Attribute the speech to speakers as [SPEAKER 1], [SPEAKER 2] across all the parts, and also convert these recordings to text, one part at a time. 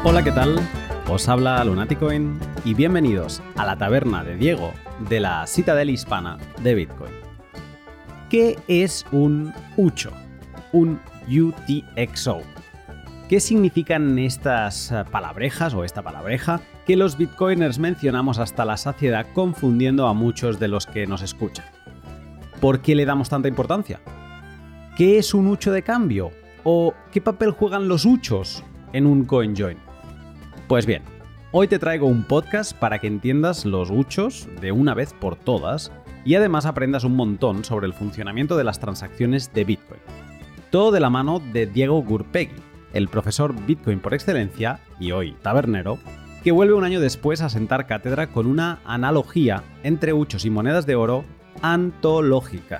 [SPEAKER 1] Hola, ¿qué tal? Os habla Lunaticoin y bienvenidos a la taberna de Diego de la Citadel Hispana de Bitcoin. ¿Qué es un UCHO? Un UTXO. ¿Qué significan estas palabrejas o esta palabreja que los bitcoiners mencionamos hasta la saciedad, confundiendo a muchos de los que nos escuchan? ¿Por qué le damos tanta importancia? ¿Qué es un UCHO de cambio? ¿O qué papel juegan los UCHOs en un CoinJoin? Pues bien, hoy te traigo un podcast para que entiendas los UCHOs de una vez por todas y además aprendas un montón sobre el funcionamiento de las transacciones de Bitcoin. Todo de la mano de Diego Gurpegui, el profesor Bitcoin por excelencia y hoy tabernero, que vuelve un año después a sentar cátedra con una analogía entre UCHOs y monedas de oro antológica.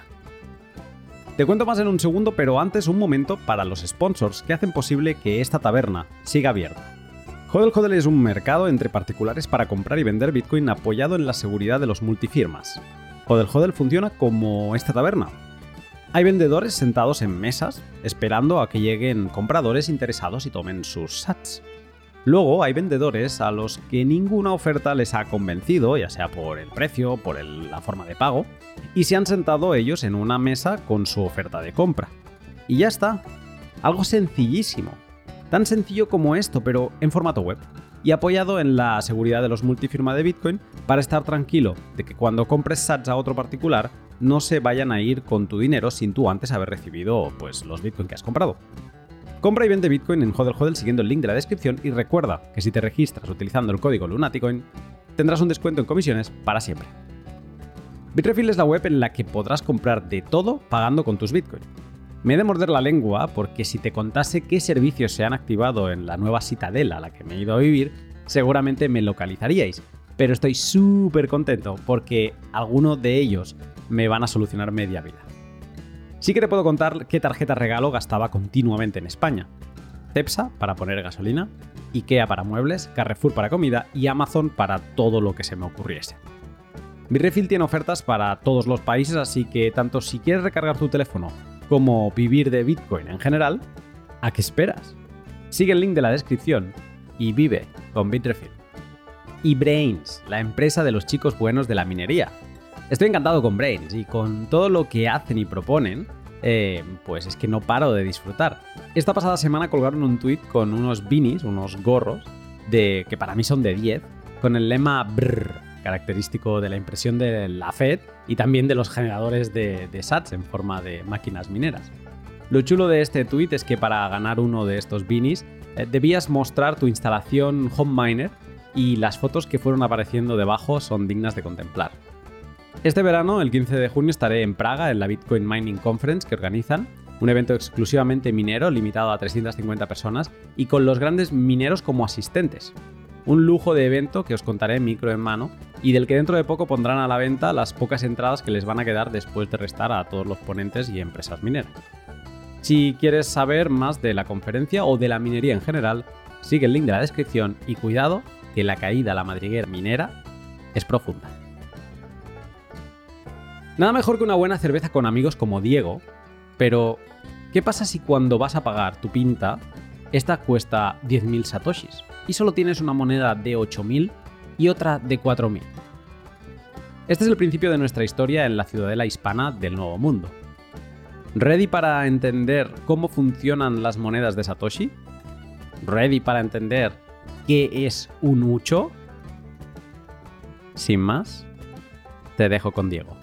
[SPEAKER 1] Te cuento más en un segundo, pero antes un momento para los sponsors que hacen posible que esta taberna siga abierta. HODL HODL es un mercado entre particulares para comprar y vender Bitcoin apoyado en la seguridad de los multifirmas. HODL HODL funciona como esta taberna. Hay vendedores sentados en mesas esperando a que lleguen compradores interesados y tomen sus sats. Luego hay vendedores a los que ninguna oferta les ha convencido, ya sea por el precio, por la forma de pago, y se han sentado ellos en una mesa con su oferta de compra. Y ya está. Algo sencillísimo. Tan sencillo como esto, pero en formato web. Y apoyado en la seguridad de los multifirma de Bitcoin para estar tranquilo de que cuando compres sats a otro particular no se vayan a ir con tu dinero sin tú antes haber recibido los Bitcoin que has comprado. Compra y vende Bitcoin en HODL HODL siguiendo el link de la descripción y recuerda que si te registras utilizando el código Lunaticoin tendrás un descuento en comisiones para siempre. Bitrefill es la web en la que podrás comprar de todo pagando con tus Bitcoin. Me he de morder la lengua porque si te contase qué servicios se han activado en la nueva Citadel a la que me he ido a vivir, seguramente me localizaríais. Pero estoy súper contento porque algunos de ellos me van a solucionar media vida. Sí que te puedo contar qué tarjeta regalo gastaba continuamente en España. Cepsa para poner gasolina, IKEA para muebles, Carrefour para comida y Amazon para todo lo que se me ocurriese. Bitrefill tiene ofertas para todos los países, así que tanto si quieres recargar tu teléfono como vivir de Bitcoin en general, ¿a qué esperas? Sigue el link de la descripción y vive con Bitrefill. Y Braiins, la empresa de los chicos buenos de la minería. Estoy encantado con Braiins y con todo lo que hacen y proponen, pues es que no paro de disfrutar. Esta pasada semana colgaron un tweet con unos beanies, unos gorros, que para mí son de 10, con el lema BRRR, característico de la impresión de la Fed y también de los generadores de sats en forma de máquinas mineras. Lo chulo de este tweet es que para ganar uno de estos beanies debías mostrar tu instalación HomeMiner y las fotos que fueron apareciendo debajo son dignas de contemplar. Este verano, el 15 de junio, estaré en Praga en la Bitcoin Mining Conference que organizan, un evento exclusivamente minero limitado a 350 personas y con los grandes mineros como asistentes. Un lujo de evento que os contaré micro en mano y del que dentro de poco pondrán a la venta las pocas entradas que les van a quedar después de restar a todos los ponentes y empresas mineras. Si quieres saber más de la conferencia o de la minería en general, sigue el link de la descripción y cuidado que la caída a la madriguera minera es profunda. Nada mejor que una buena cerveza con amigos como Diego, pero ¿qué pasa si cuando vas a pagar tu pinta, esta cuesta 10.000 satoshis y solo tienes una moneda de 8.000 y otra de 4.000? Este es el principio de nuestra historia en la Ciudadela Hispana del Nuevo Mundo. ¿Ready para entender cómo funcionan las monedas de Satoshi? ¿Ready para entender qué es un UCHO? Sin más, te dejo con Diego.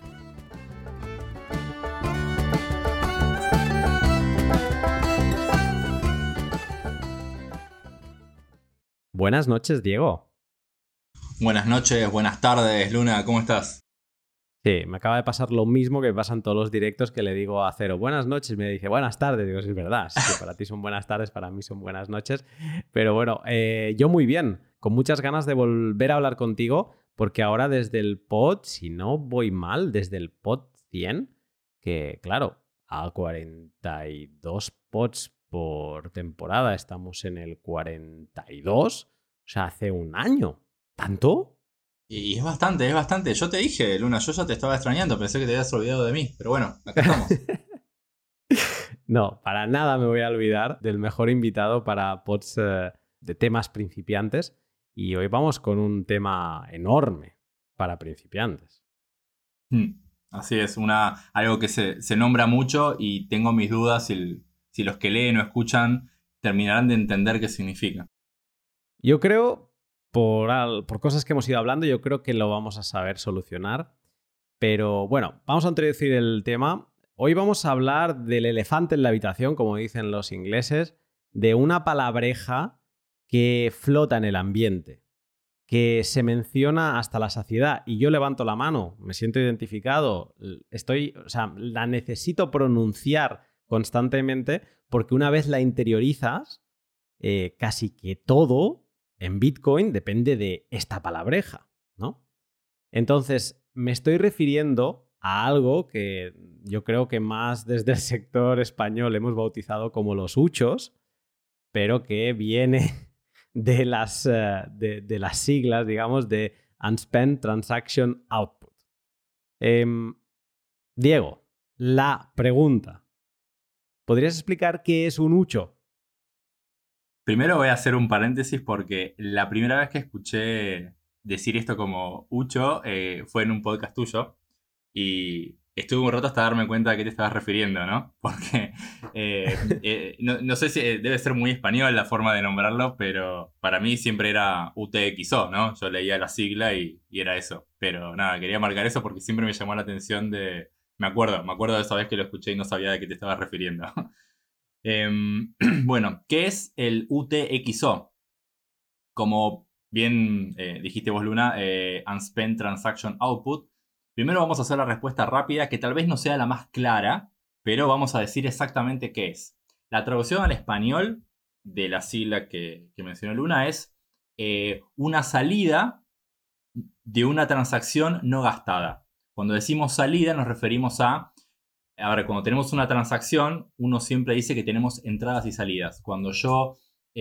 [SPEAKER 1] Buenas noches, Diego.
[SPEAKER 2] Buenas noches, buenas tardes, Luna, ¿cómo estás?
[SPEAKER 1] Sí, me acaba de pasar lo mismo que me pasa en todos los directos que le digo a Cero, buenas noches, me dice buenas tardes, digo, sí, es verdad, sí, que para ti son buenas tardes, para mí son buenas noches, pero bueno, yo muy bien, con muchas ganas de volver a hablar contigo, porque ahora desde el pod, si no voy mal, desde el pod 100, que claro, a 42 pods por temporada, estamos en el 42, o sea, hace un año. ¿Tanto?
[SPEAKER 2] Y es bastante, es bastante. Yo te dije, Luna, yo ya te estaba extrañando, pensé que te habías olvidado de mí, pero bueno, acá estamos.
[SPEAKER 1] No, para nada me voy a olvidar del mejor invitado para pods de temas principiantes y hoy vamos con un tema enorme para principiantes.
[SPEAKER 2] Así es, algo que se nombra mucho y tengo mis dudas si los que leen o escuchan terminarán de entender qué significa.
[SPEAKER 1] Yo creo, por cosas que hemos ido hablando, yo creo que lo vamos a saber solucionar. Pero bueno, vamos a introducir el tema. Hoy vamos a hablar del elefante en la habitación, como dicen los ingleses, de una palabreja que flota en el ambiente, que se menciona hasta la saciedad. Y yo levanto la mano, me siento identificado, la necesito pronunciar constantemente porque una vez la interiorizas, casi que todo en Bitcoin depende de esta palabreja, ¿no? Entonces, me estoy refiriendo a algo que yo creo que más desde el sector español hemos bautizado como los huchos, pero que viene de las siglas, digamos, de Unspent Transaction Output. Diego, la pregunta. ¿Podrías explicar qué es un hucho?
[SPEAKER 2] Primero voy a hacer un paréntesis porque la primera vez que escuché decir esto como hucho fue en un podcast tuyo y estuve un rato hasta darme cuenta de a qué te estabas refiriendo, ¿no? Porque no sé si debe ser muy español la forma de nombrarlo, pero para mí siempre era UTXO, ¿no? Yo leía la sigla y era eso. Pero nada, quería marcar eso porque siempre me llamó la atención de... Me acuerdo de esa vez que lo escuché y no sabía de qué te estabas refiriendo. Bueno, ¿qué es el UTXO? Como bien dijiste vos, Luna, Unspent Transaction Output. Primero vamos a hacer la respuesta rápida, que tal vez no sea la más clara, pero vamos a decir exactamente qué es. La traducción al español de la sigla que mencionó Luna es una salida de una transacción no gastada. Cuando decimos salida nos referimos a... Ahora, cuando tenemos una transacción, uno siempre dice que tenemos entradas y salidas. Cuando yo,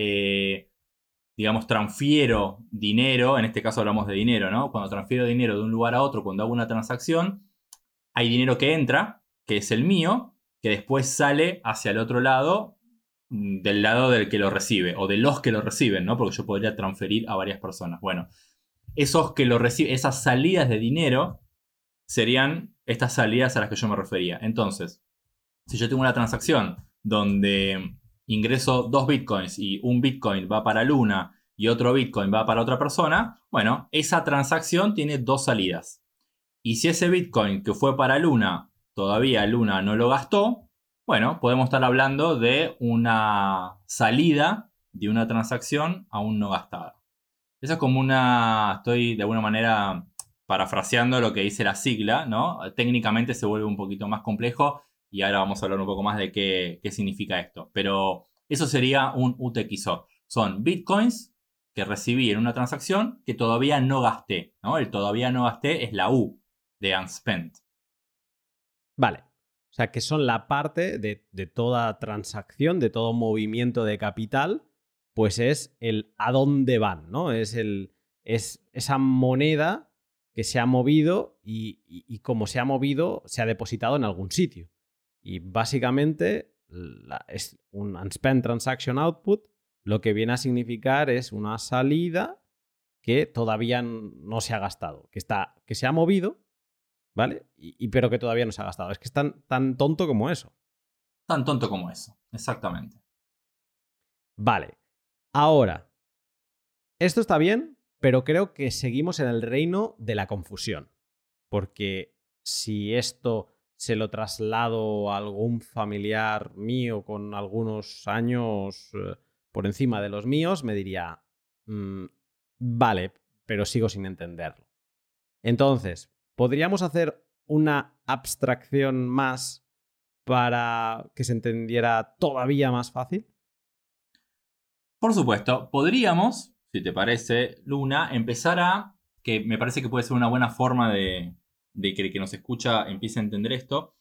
[SPEAKER 2] digamos, transfiero dinero, en este caso hablamos de dinero, ¿no? Cuando transfiero dinero de un lugar a otro, cuando hago una transacción, hay dinero que entra, que es el mío, que después sale hacia el otro lado, del lado del que lo recibe, o de los que lo reciben, ¿no? Porque yo podría transferir a varias personas. Bueno, esos que lo reciben, esas salidas de dinero serían estas salidas a las que yo me refería. Entonces, si yo tengo una transacción donde ingreso 2 bitcoins y un bitcoin va para Luna y otro bitcoin va para otra persona, bueno, esa transacción tiene 2 salidas. Y si ese bitcoin que fue para Luna, todavía Luna no lo gastó, bueno, podemos estar hablando de una salida de una transacción aún no gastada. Eso es como estoy de alguna manera parafraseando lo que dice la sigla, ¿no? Técnicamente se vuelve un poquito más complejo y ahora vamos a hablar un poco más de qué significa esto. Pero eso sería un UTXO. Son bitcoins que recibí en una transacción que todavía no gasté, ¿no? El todavía no gasté es la U de unspent.
[SPEAKER 1] Vale. O sea, que son la parte de toda transacción, de todo movimiento de capital, pues es el a dónde van, ¿no? Es esa moneda que se ha movido y como se ha movido, se ha depositado en algún sitio. Y básicamente es un Unspent Transaction Output, lo que viene a significar es una salida que todavía no se ha gastado, que se ha movido, ¿vale? Pero que todavía no se ha gastado. Es que es tan tonto como eso.
[SPEAKER 2] Tan tonto como eso, exactamente.
[SPEAKER 1] Vale. Ahora, esto está bien, pero creo que seguimos en el reino de la confusión. Porque si esto se lo traslado a algún familiar mío con algunos años por encima de los míos, me diría, vale, pero sigo sin entenderlo. Entonces, ¿podríamos hacer una abstracción más para que se entendiera todavía más fácil?
[SPEAKER 2] Por supuesto, podríamos, si te parece, Luna, empezar que me parece que puede ser una buena forma de que el que nos escucha empiece a entender esto,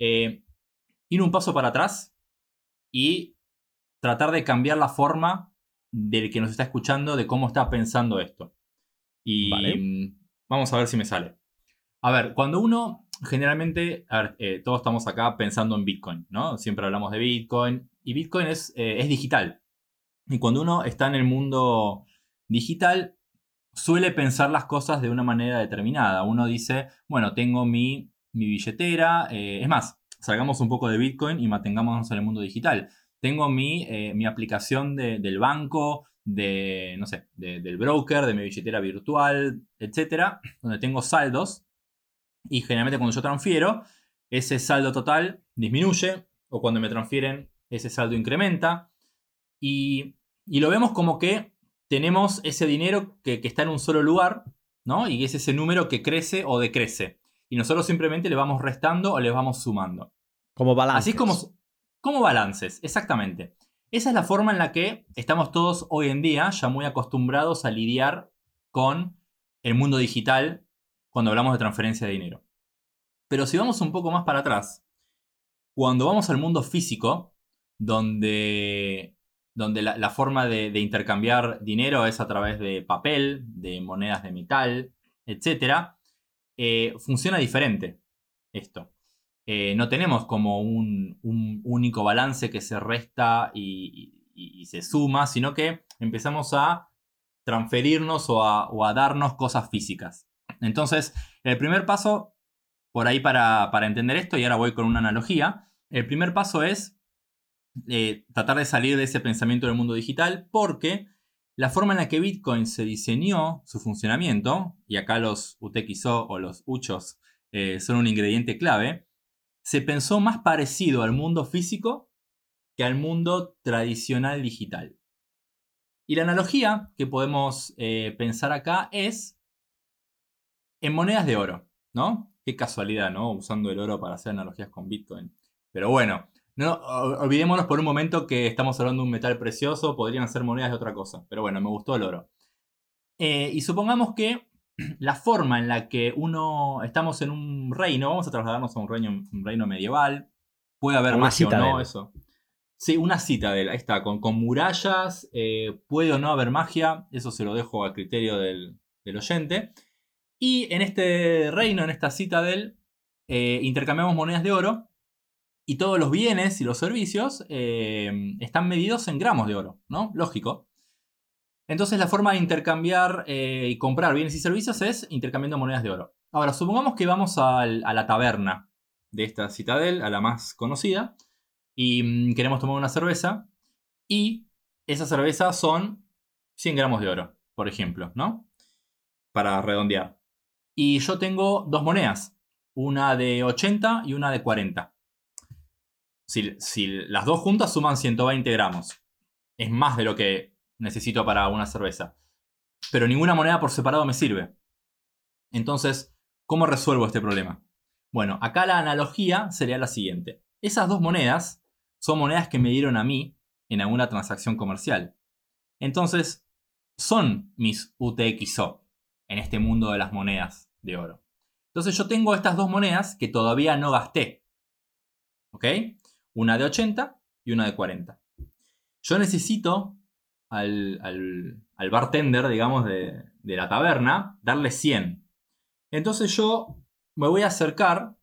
[SPEAKER 2] ir un paso para atrás y tratar de cambiar la forma del que nos está escuchando, de cómo está pensando esto. Y
[SPEAKER 1] vale.
[SPEAKER 2] Vamos a ver si me sale. A ver, cuando uno, generalmente, todos estamos acá pensando en Bitcoin, ¿no? Siempre hablamos de Bitcoin. Y Bitcoin es digital. Y cuando uno está en el mundo digital, suele pensar las cosas de una manera determinada. Uno dice, bueno, tengo mi billetera. Es más, salgamos un poco de Bitcoin y mantengámonos en el mundo digital. Tengo mi aplicación del banco, no sé, del broker, de mi billetera virtual, etcétera, donde tengo saldos. Y generalmente cuando yo transfiero, ese saldo total disminuye. O cuando me transfieren, ese saldo incrementa. Y lo vemos como que tenemos ese dinero que está en un solo lugar, ¿no? Y es ese número que crece o decrece. Y nosotros simplemente le vamos restando o le vamos sumando.
[SPEAKER 1] Como
[SPEAKER 2] Así es
[SPEAKER 1] balances.
[SPEAKER 2] como balances, exactamente. Esa es la forma en la que estamos todos hoy en día ya muy acostumbrados a lidiar con el mundo digital cuando hablamos de transferencia de dinero. Pero si vamos un poco más para atrás, cuando vamos al mundo físico, donde la forma de intercambiar dinero es a través de papel, de monedas de metal, etc., funciona diferente esto. No tenemos como un único balance que se resta y se suma, sino que empezamos a transferirnos o a darnos cosas físicas. Entonces, el primer paso, por ahí para entender esto, y ahora voy con una analogía, el primer paso es tratar de salir de ese pensamiento del mundo digital, porque la forma en la que Bitcoin se diseñó su funcionamiento, y acá los UTXO o los UCHOS son un ingrediente clave, se pensó más parecido al mundo físico que al mundo tradicional digital. Y la analogía que podemos pensar acá es en monedas de oro, ¿no? Qué casualidad, ¿no? Usando el oro para hacer analogías con Bitcoin. Pero bueno, no, olvidémonos por un momento que estamos hablando de un metal precioso, podrían ser monedas de otra cosa. Pero bueno, me gustó el oro. Y supongamos que la forma en la que estamos en un reino, vamos a trasladarnos a un reino medieval, puede
[SPEAKER 1] A
[SPEAKER 2] haber
[SPEAKER 1] una
[SPEAKER 2] magia o no,
[SPEAKER 1] citadel.
[SPEAKER 2] eso. Sí, una citadel, ahí está, con murallas, puede o no haber magia, eso se lo dejo a criterio del oyente. Y en este reino, en esta citadel, intercambiamos monedas de oro y todos los bienes y los servicios están medidos en gramos de oro, ¿no? Lógico. Entonces la forma de intercambiar y comprar bienes y servicios es intercambiando monedas de oro. Ahora, supongamos que vamos a la taberna de esta citadel, a la más conocida, y queremos tomar una cerveza, y esa cerveza son 100 gramos de oro, por ejemplo, ¿no? Para redondear. Y yo tengo dos monedas, una de 80 y una de 40. Si las dos juntas suman 120 gramos, es más de lo que necesito para una cerveza. Pero ninguna moneda por separado me sirve. Entonces, ¿cómo resuelvo este problema? Bueno, acá la analogía sería la siguiente. Esas dos monedas son monedas que me dieron a mí en alguna transacción comercial. Entonces, son mis UTXO en este mundo de las monedas de oro. Entonces yo tengo estas dos monedas que todavía no gasté. ¿Ok? Una de 80 y una de 40. Yo necesito al bartender, digamos, de la taberna, darle 100. Entonces yo me voy a acercar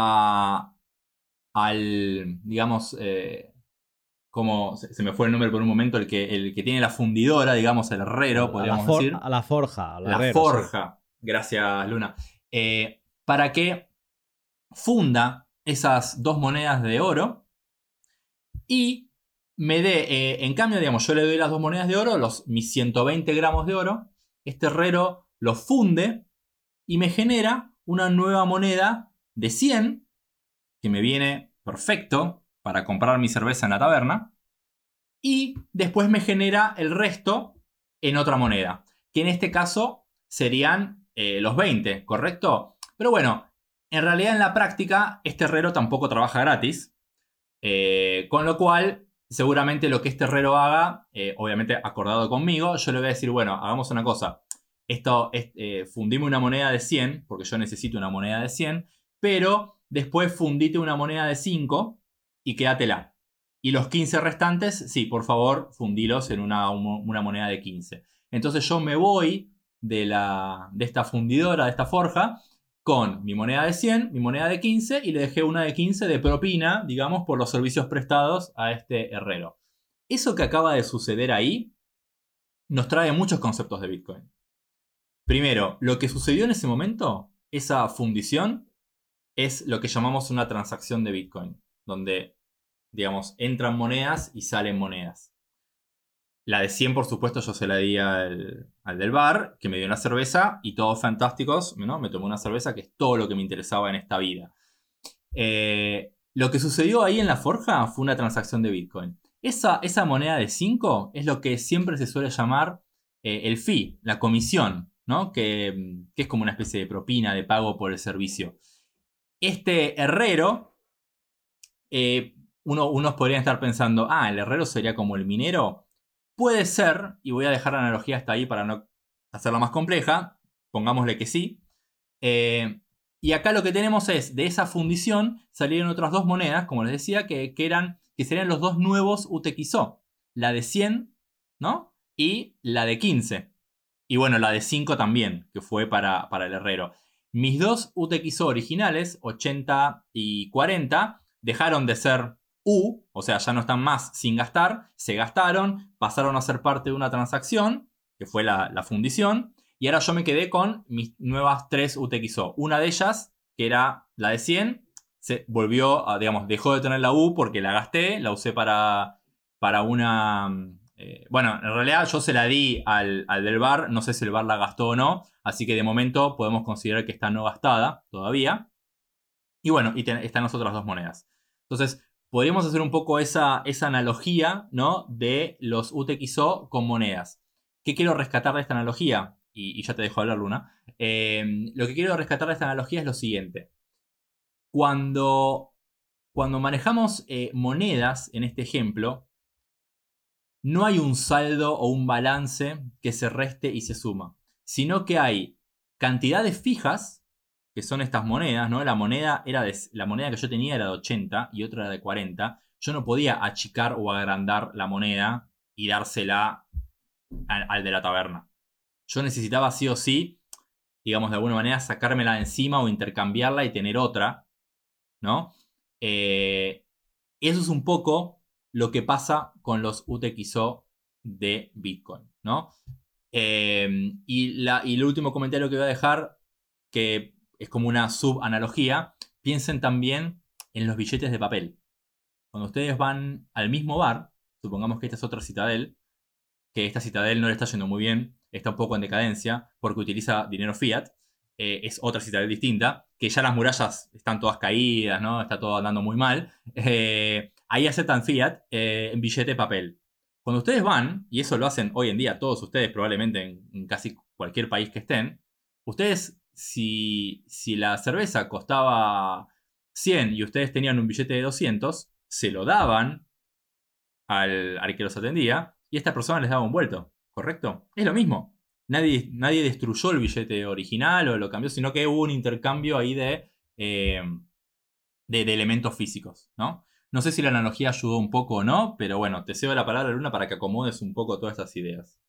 [SPEAKER 2] digamos, como se me fue el nombre por un momento, el que tiene la fundidora, digamos, el herrero, podríamos decir.
[SPEAKER 1] A la forja, al
[SPEAKER 2] La
[SPEAKER 1] herrero, sí.
[SPEAKER 2] forja, gracias Luna, para que funda esas dos monedas de oro y me dé, en cambio, digamos, yo le doy las dos monedas de oro, mis 120 gramos de oro, este herrero los funde y me genera una nueva moneda de 100, que me viene perfecto para comprar mi cerveza en la taberna, y después me genera el resto en otra moneda, que en este caso serían los 20, ¿correcto? Pero bueno, en realidad en la práctica este herrero tampoco trabaja gratis, con lo cual seguramente lo que este herrero haga, obviamente acordado conmigo, yo le voy a decir, bueno, hagamos una cosa, fundime una moneda de 100, porque yo necesito una moneda de 100, pero después fundite una moneda de 5 y quédatela. Y los 15 restantes, sí, por favor, fundilos en una moneda de 15. Entonces yo me voy de esta fundidora, de esta forja, con mi moneda de 100, mi moneda de 15, y le dejé una de 15 de propina, digamos, por los servicios prestados a este herrero. Eso que acaba de suceder ahí nos trae muchos conceptos de Bitcoin. Primero, lo que sucedió en ese momento, esa fundición, es lo que llamamos una transacción de Bitcoin, donde, digamos, entran monedas y salen monedas. La de 100, por supuesto, yo se la di al del bar, que me dio una cerveza, y todos fantásticos, ¿no? Me tomé una cerveza, que es todo lo que me interesaba en esta vida. Lo que sucedió ahí en la forja fue una transacción de Bitcoin. Esa moneda de 5 es lo que siempre se suele llamar el fee, la comisión, ¿no? Que es como una especie de propina, de pago por el servicio. Este herrero, unos podrían estar pensando, el herrero sería como el minero. Puede ser, y voy a dejar la analogía hasta ahí para no hacerla más compleja, pongámosle que sí. Y acá lo que tenemos es, de esa fundición salieron otras dos monedas, como les decía, que serían los dos nuevos UTXO. La de 100, ¿no? Y la de 15. Y bueno, la de 5 también, que fue para el herrero. Mis dos UTXO originales, 80 y 40, dejaron de ser U, o sea, ya no están más sin gastar, se gastaron, pasaron a ser parte de una transacción, que fue la fundición, y ahora yo me quedé con mis nuevas 3 UTXO. Una de ellas, que era la de 100, se volvió a, digamos, dejó de tener la U porque la gasté, la usé para una... bueno, en realidad yo se la di al del bar, no sé si el bar la gastó o no, así que de momento podemos considerar que está no gastada todavía. Y bueno, están las otras dos monedas. Entonces, podríamos hacer un poco esa analogía, ¿no? De los UTXO con monedas. ¿Qué quiero rescatar de esta analogía? Y ya te dejo hablar, Luna. Lo que quiero rescatar de esta analogía es lo siguiente. Cuando manejamos monedas, en este ejemplo, no hay un saldo o un balance que se reste y se suma, sino que hay cantidades fijas, que son estas monedas, ¿no? La moneda que yo tenía era de 80 y otra era de 40. Yo no podía achicar o agrandar la moneda y dársela al de la taberna. Yo necesitaba sí o sí, digamos de alguna manera, sacármela de encima o intercambiarla y tener otra, ¿no? Eso es un poco lo que pasa con los UTXO de Bitcoin, ¿no? Y el último comentario que voy a dejar, que es como una subanalogía, piensen también en los billetes de papel. Cuando ustedes van al mismo bar, supongamos que esta es otra Citadel, que esta Citadel no le está yendo muy bien, está un poco en decadencia porque utiliza dinero fiat, es otra Citadel distinta, que ya las murallas están todas caídas, ¿no? Está todo andando muy mal. Ahí aceptan fiat en billete de papel. Cuando ustedes van, y eso lo hacen hoy en día todos ustedes probablemente en casi cualquier país que estén, ustedes, si la cerveza costaba 100 y ustedes tenían un billete de 200, se lo daban al que los atendía y esta persona les daba un vuelto, ¿correcto? Es lo mismo. Nadie destruyó el billete original o lo cambió, sino que hubo un intercambio ahí de elementos físicos, ¿no? No sé si la analogía ayudó un poco o no, pero bueno, te cedo la palabra, Luna, para que acomodes un poco todas estas ideas.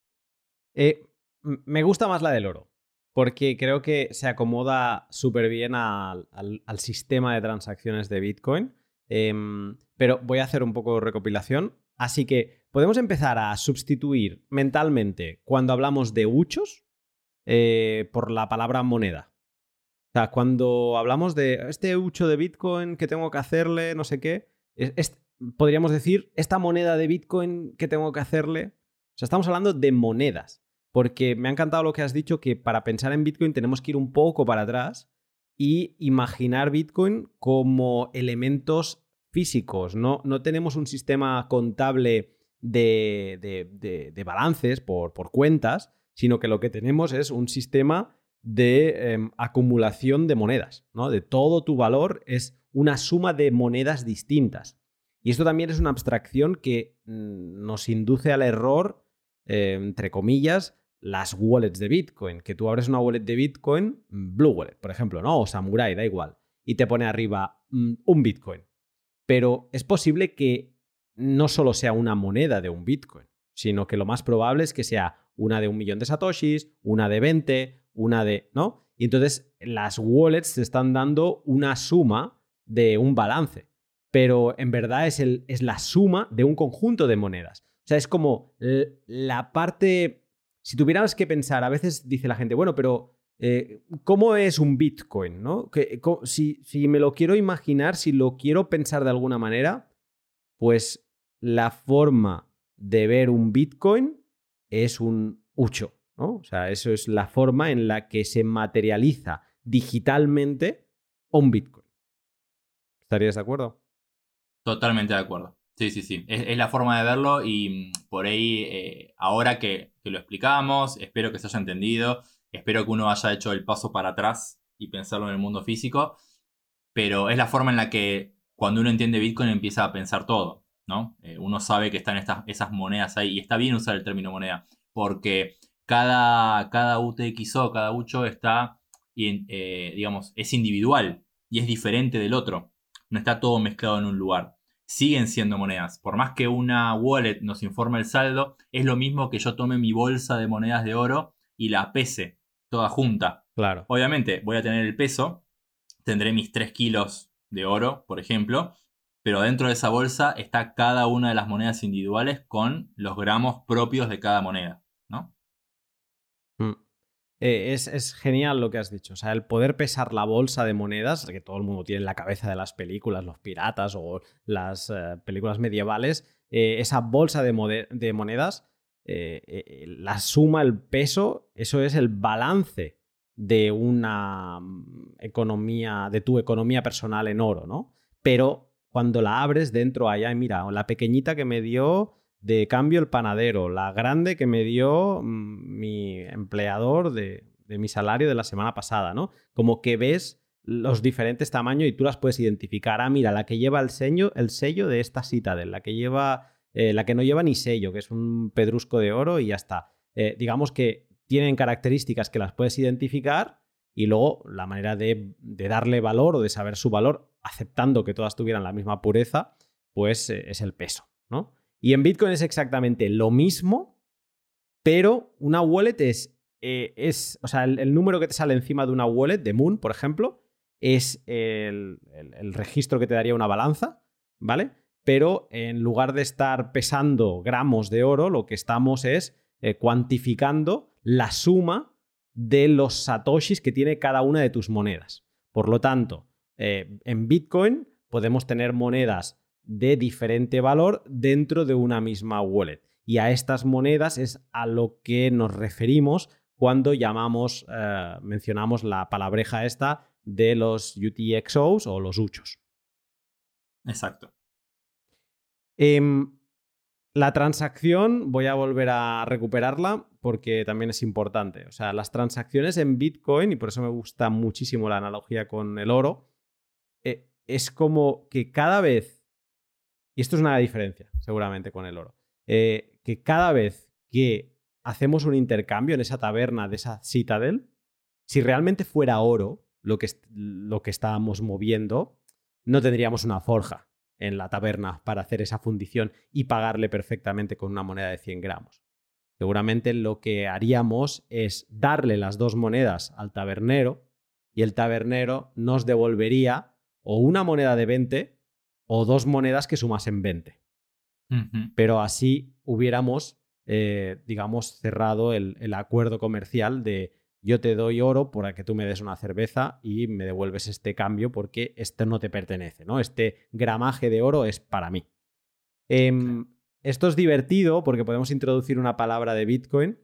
[SPEAKER 1] Me gusta más la del oro, porque creo que se acomoda súper bien al sistema de transacciones de Bitcoin. Pero voy a hacer un poco de recopilación. Así que podemos empezar a sustituir mentalmente cuando hablamos de huchos por la palabra moneda. O sea, cuando hablamos de este hucho de Bitcoin que tengo que hacerle, no sé qué, podríamos decir esta moneda de Bitcoin que tengo que hacerle. O sea, estamos hablando de monedas. Porque me ha encantado lo que has dicho, que para pensar en Bitcoin tenemos que ir un poco para atrás y imaginar Bitcoin como elementos físicos. No tenemos un sistema contable de balances por cuentas, sino que lo que tenemos es un sistema de acumulación de monedas, ¿no? De todo tu valor es una suma de monedas distintas. Y esto también es una abstracción que nos induce al error, entre comillas, las wallets de Bitcoin. Que tú abres una wallet de Bitcoin, Blue Wallet, por ejemplo, ¿no? O Samurai, da igual. Y te pone arriba un Bitcoin. Pero es posible que no solo sea una moneda de un Bitcoin, sino que lo más probable es que sea una de 1 millón de satoshis, una de 20, una de... ¿no? Y entonces las wallets te están dando una suma de un balance. Pero en verdad es la suma de un conjunto de monedas. sea, es como la parte... Si tuvieras que pensar, a veces dice la gente, bueno, pero ¿cómo es un Bitcoin? ¿No? Si me lo quiero imaginar, si lo quiero pensar de alguna manera, pues la forma de ver un Bitcoin es un ucho, ¿no? O sea, eso es la forma en la que se materializa digitalmente un Bitcoin. ¿Estarías de acuerdo?
[SPEAKER 2] Totalmente de acuerdo. Sí, sí, sí. Es la forma de verlo y por ahí, ahora que lo explicamos, espero que se haya entendido, espero que uno haya hecho el paso para atrás y pensarlo en el mundo físico, pero es la forma en la que cuando uno entiende Bitcoin empieza a pensar todo, ¿no? Uno sabe que están esas monedas ahí y está bien usar el término moneda porque cada UTXO, cada UCHO está, digamos, es individual y es diferente del otro. No está todo mezclado en un lugar. Siguen siendo monedas. Por más que una wallet nos informe el saldo, es lo mismo que yo tome mi bolsa de monedas de oro y la pese toda junta.
[SPEAKER 1] Claro.
[SPEAKER 2] Obviamente voy a tener el peso, tendré mis 3 kilos de oro, por ejemplo, pero dentro de esa bolsa está cada una de las monedas individuales con los gramos propios de cada moneda, ¿no?
[SPEAKER 1] Mm. Es genial lo que has dicho. O sea, el poder pesar la bolsa de monedas, que todo el mundo tiene en la cabeza de las películas, los piratas o las películas medievales, esa bolsa de monedas, la suma, el peso, eso es el balance de una economía, de tu economía personal en oro, ¿no? Pero cuando la abres, dentro hay, mira, la pequeñita que me dio de cambio el panadero, la grande que me dio mi empleador de mi salario de la semana pasada, ¿no? Como que ves los diferentes tamaños y tú las puedes identificar. Ah, mira, la que lleva el sello de esta Citadel, la que lleva, la que no lleva ni sello, que es un pedrusco de oro y ya está. Digamos que tienen características que las puedes identificar y luego la manera de darle valor o de saber su valor, aceptando que todas tuvieran la misma pureza, pues es el peso, ¿no? Y en Bitcoin es exactamente lo mismo, pero una wallet o sea, el número que te sale encima de una wallet, de Moon, por ejemplo, es el registro que te daría una balanza, ¿vale? Pero en lugar de estar pesando gramos de oro, lo que estamos es cuantificando la suma de los satoshis que tiene cada una de tus monedas. Por lo tanto, en Bitcoin podemos tener monedas de diferente valor dentro de una misma wallet. Y a estas monedas es a lo que nos referimos cuando mencionamos la palabreja esta de los UTXOs o los uchos.
[SPEAKER 2] Exacto.
[SPEAKER 1] La transacción, voy a volver a recuperarla porque también es importante. O sea, las transacciones en Bitcoin, y por eso me gusta muchísimo la analogía con el oro, es como que cada vez, y esto es una diferencia seguramente con el oro, que cada vez que hacemos un intercambio en esa taberna de esa Citadel, si realmente fuera oro lo que estábamos moviendo, no tendríamos una forja en la taberna para hacer esa fundición y pagarle perfectamente con una moneda de 100 gramos. Seguramente lo que haríamos es darle las dos monedas al tabernero y el tabernero nos devolvería o una moneda de 20 o dos monedas que sumasen 20.
[SPEAKER 2] Uh-huh.
[SPEAKER 1] Pero así hubiéramos, digamos, cerrado el acuerdo comercial de yo te doy oro para que tú me des una cerveza y me devuelves este cambio porque esto no te pertenece, ¿no? Este gramaje de oro es para mí. Esto es divertido porque podemos introducir una palabra de Bitcoin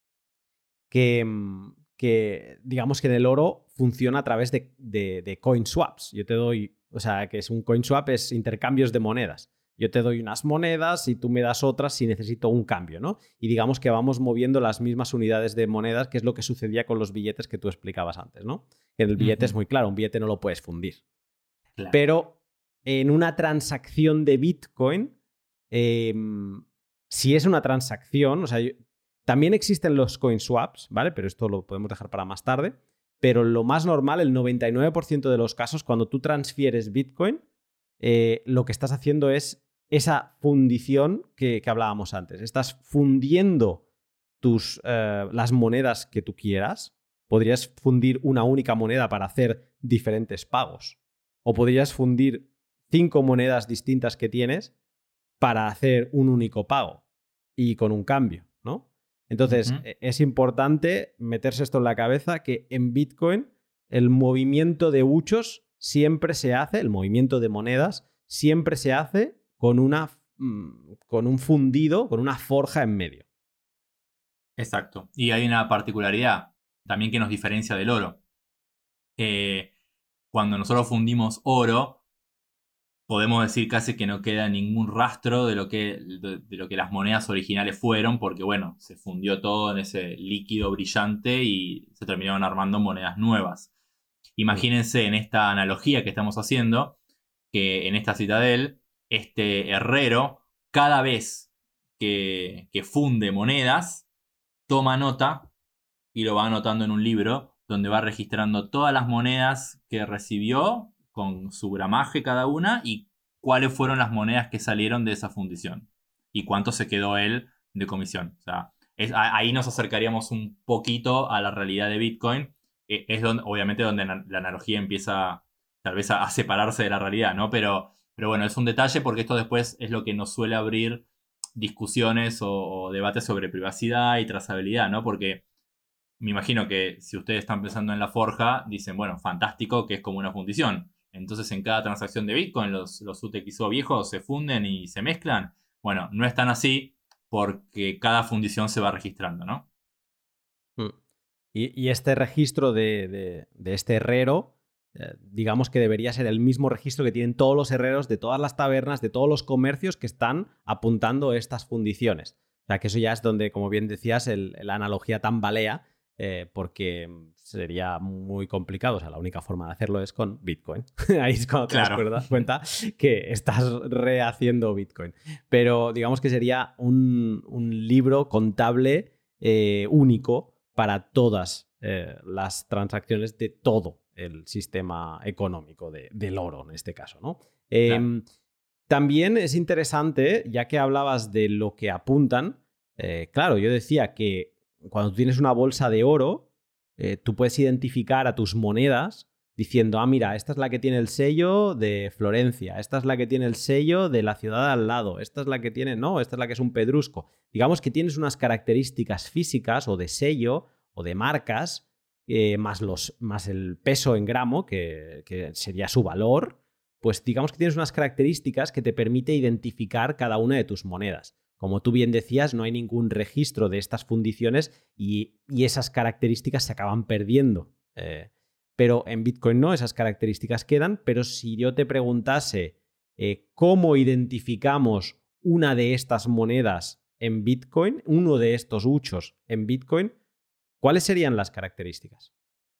[SPEAKER 1] que digamos que en el oro funciona a través de coin swaps. Yo te doy, o sea, que es un coin swap, es intercambios de monedas. Yo te doy unas monedas y tú me das otras si necesito un cambio, ¿no? Y digamos que vamos moviendo las mismas unidades de monedas, que es lo que sucedía con los billetes que tú explicabas antes, ¿no? Que el billete es muy claro, un billete no lo puedes fundir. Claro. Pero en una transacción de Bitcoin, si es una transacción, o sea, también existen los coin swaps, ¿vale? Pero esto lo podemos dejar para más tarde. Pero lo más normal, el 99% de los casos, cuando tú transfieres Bitcoin, lo que estás haciendo es esa fundición que hablábamos antes. Estás fundiendo las monedas que tú quieras. Podrías fundir una única moneda para hacer diferentes pagos. O podrías fundir 5 monedas distintas que tienes para hacer un único pago. y con un cambio, ¿no? Entonces, es importante meterse esto en la cabeza, que en Bitcoin el movimiento de huchos siempre se hace, el movimiento de monedas siempre se hace con un fundido, con una forja en medio.
[SPEAKER 2] Exacto. Y hay una particularidad también que nos diferencia del oro. Cuando nosotros fundimos oro, podemos decir casi que no queda ningún rastro de lo que las monedas originales fueron, porque bueno, se fundió todo en ese líquido brillante y se terminaron armando monedas nuevas. Imagínense en esta analogía que estamos haciendo, que en esta citadel, este herrero, cada vez que funde monedas, toma nota y lo va anotando en un libro donde va registrando todas las monedas que recibió con su gramaje cada una y cuáles fueron las monedas que salieron de esa fundición y cuánto se quedó él de comisión. O sea, ahí nos acercaríamos un poquito a la realidad de Bitcoin. Es donde, obviamente, donde la analogía empieza tal vez a separarse de la realidad, ¿no? Pero bueno, es un detalle porque esto después es lo que nos suele abrir discusiones o debates sobre privacidad y trazabilidad, ¿no? Porque me imagino que si ustedes están pensando en la forja, dicen, bueno, fantástico, que es como una fundición. Entonces, en cada transacción de Bitcoin, los UTXO viejos se funden y se mezclan. Bueno, no es tan así porque cada fundición se va registrando, ¿no?
[SPEAKER 1] Y este registro de este herrero, digamos que debería ser el mismo registro que tienen todos los herreros de todas las tabernas, de todos los comercios que están apuntando estas fundiciones. O sea, que eso ya es donde, como bien decías, la analogía tambalea, porque sería muy complicado. O sea, la única forma de hacerlo es con Bitcoin. Ahí es cuando te das cuenta que estás rehaciendo Bitcoin. Pero digamos que sería un libro contable único para todas las transacciones de todo el sistema económico del oro, en este caso, ¿no?
[SPEAKER 2] Claro.
[SPEAKER 1] También es interesante, ya que hablabas de lo que apuntan, claro, yo decía que cuando tú tienes una bolsa de oro, tú puedes identificar a tus monedas diciendo, ah, mira, esta es la que tiene el sello de Florencia, esta es la que tiene el sello de la ciudad de al lado, esta es la que tiene, no, esta es la que es un pedrusco. Digamos que tienes unas características físicas o de sello o de marcas, más el peso en gramo, que sería su valor, pues digamos que tienes unas características que te permite identificar cada una de tus monedas. Como tú bien decías, no hay ningún registro de estas fundiciones y esas características se acaban perdiendo. Pero en Bitcoin no, esas características quedan. Pero si yo te preguntase cómo identificamos una de estas monedas en Bitcoin, uno de estos huchos en Bitcoin, ¿cuáles serían las características?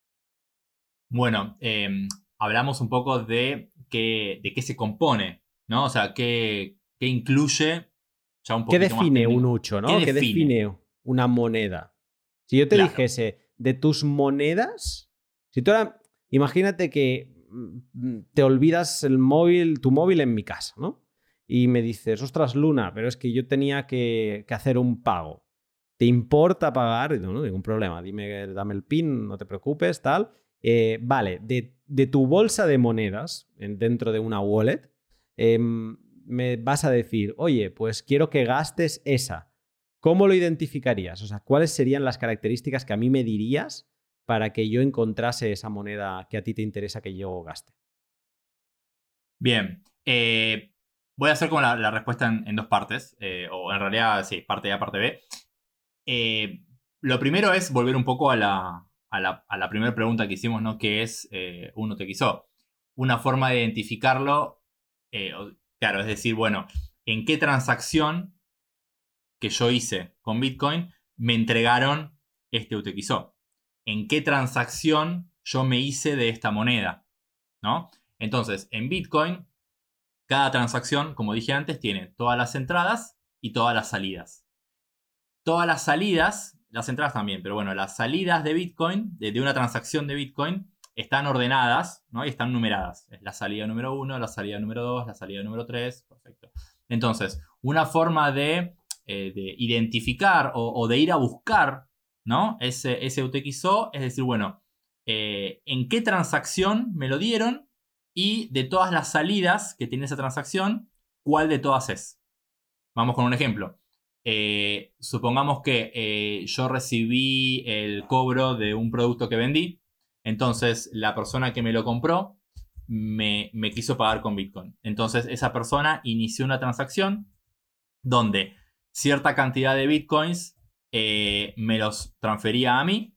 [SPEAKER 2] Bueno, hablamos un poco de qué se compone, ¿no? O sea, qué incluye ya un poquito
[SPEAKER 1] ¿Qué define
[SPEAKER 2] más
[SPEAKER 1] un hucho, ¿no? ¿Qué define una moneda? Si yo te dijese, de tus monedas, si tú ahora, imagínate que te olvidas tu móvil en mi casa, ¿no? Y me dices, ostras, Luna, pero es que yo tenía que hacer un pago. ¿Te importa pagar? No, ningún problema. Dame el PIN, no te preocupes, tal. Vale, de tu bolsa de monedas, dentro de una wallet, me vas a decir, oye, pues quiero que gastes esa. ¿Cómo lo identificarías? O sea, ¿cuáles serían las características que a mí me dirías para que yo encontrase esa moneda que a ti te interesa que yo gaste?
[SPEAKER 2] Bien. Voy a hacer como la respuesta en dos partes. O en realidad, sí, parte A, parte B. Lo primero es volver un poco a la primera pregunta que hicimos, ¿no? Que es un UTXO. Una forma de identificarlo, claro, es decir, bueno, ¿en qué transacción que yo hice con Bitcoin me entregaron este UTXO? ¿En qué transacción yo me hice de esta moneda? ¿No? Entonces, en Bitcoin, cada transacción, como dije antes, tiene todas las entradas y todas las salidas. Todas las salidas, las entradas también, pero bueno, las salidas de Bitcoin, de una transacción de Bitcoin, están ordenadas, ¿no? Y están numeradas. Es la salida número 1, la salida número 2, la salida número 3. Perfecto. Entonces, una forma de identificar o de ir a buscar, ¿no? ese UTXO, es decir, bueno, ¿en qué transacción me lo dieron? Y de todas las salidas que tiene esa transacción, ¿cuál de todas es? Vamos con un ejemplo. supongamos que yo recibí el cobro de un producto que vendí, entonces la persona que me lo compró me quiso pagar con Bitcoin. Entonces esa persona inició una transacción donde cierta cantidad de Bitcoins me los transfería a mí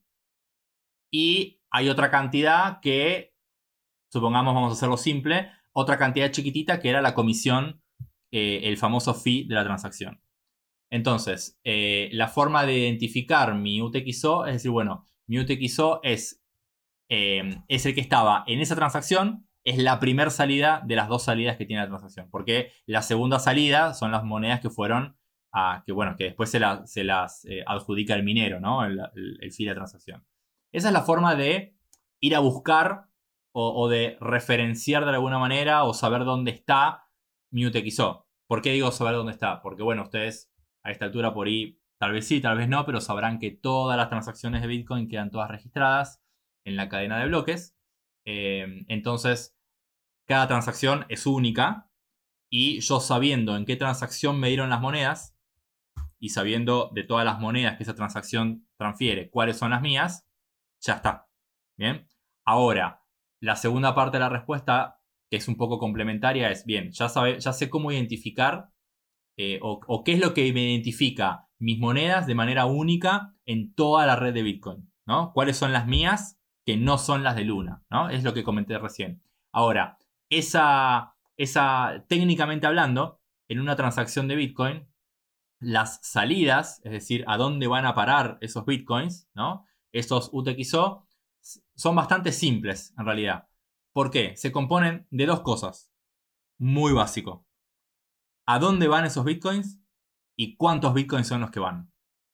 [SPEAKER 2] y hay otra cantidad que, supongamos, vamos a hacerlo simple, otra cantidad chiquitita que era la comisión, el famoso fee de la transacción. Entonces, la forma de identificar mi UTXO es decir, bueno, mi UTXO es el que estaba en esa transacción, es la primera salida de las dos salidas que tiene la transacción. Porque la segunda salida son las monedas que fueron que después se las adjudica el minero, ¿no? El fee de la transacción. Esa es la forma de ir a buscar o de referenciar de alguna manera o saber dónde está mi UTXO. ¿Por qué digo saber dónde está? Porque, bueno, ustedes a esta altura por ahí, tal vez sí, tal vez no, pero sabrán que todas las transacciones de Bitcoin quedan todas registradas en la cadena de bloques. Entonces, cada transacción es única y yo sabiendo en qué transacción me dieron las monedas y sabiendo de todas las monedas que esa transacción transfiere cuáles son las mías, ya está. Bien. Ahora, la segunda parte de la respuesta, que es un poco complementaria, es bien, ya sé cómo identificar o qué es lo que me identifica mis monedas de manera única en toda la red de Bitcoin, ¿no? ¿Cuáles son las mías que no son las de Luna, ¿no? Es lo que comenté recién. Ahora, esa técnicamente hablando, en una transacción de Bitcoin, las salidas, es decir, a dónde van a parar esos Bitcoins, ¿no? Esos UTXO, son bastante simples en realidad. ¿Por qué? Se componen de dos cosas. Muy básico. ¿A dónde van esos Bitcoins? ¿Y cuántos Bitcoins son los que van?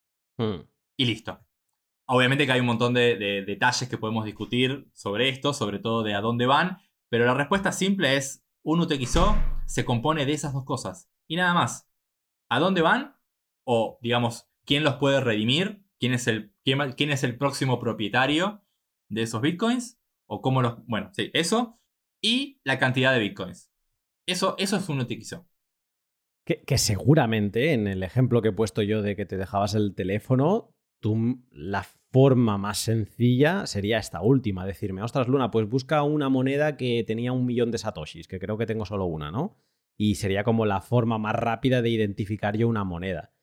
[SPEAKER 2] Y listo. Obviamente que hay un montón de detalles que podemos discutir sobre esto, sobre todo de a dónde van, pero la respuesta simple es, un UTXO se compone de esas dos cosas. Y nada más. ¿A dónde van? O, digamos, ¿quién los puede redimir? ¿Quién es el próximo propietario de esos Bitcoins? O cómo los... Bueno, sí, eso. Y la cantidad de Bitcoins. Eso es un UTXO.
[SPEAKER 1] Que seguramente, en el ejemplo que he puesto yo de que te dejabas el teléfono, la forma más sencilla sería esta última, decirme, ostras, Luna, pues busca una moneda que tenía 1.000.000 de satoshis, que creo que tengo solo una, ¿no? Y sería como la forma más rápida de identificar yo una moneda.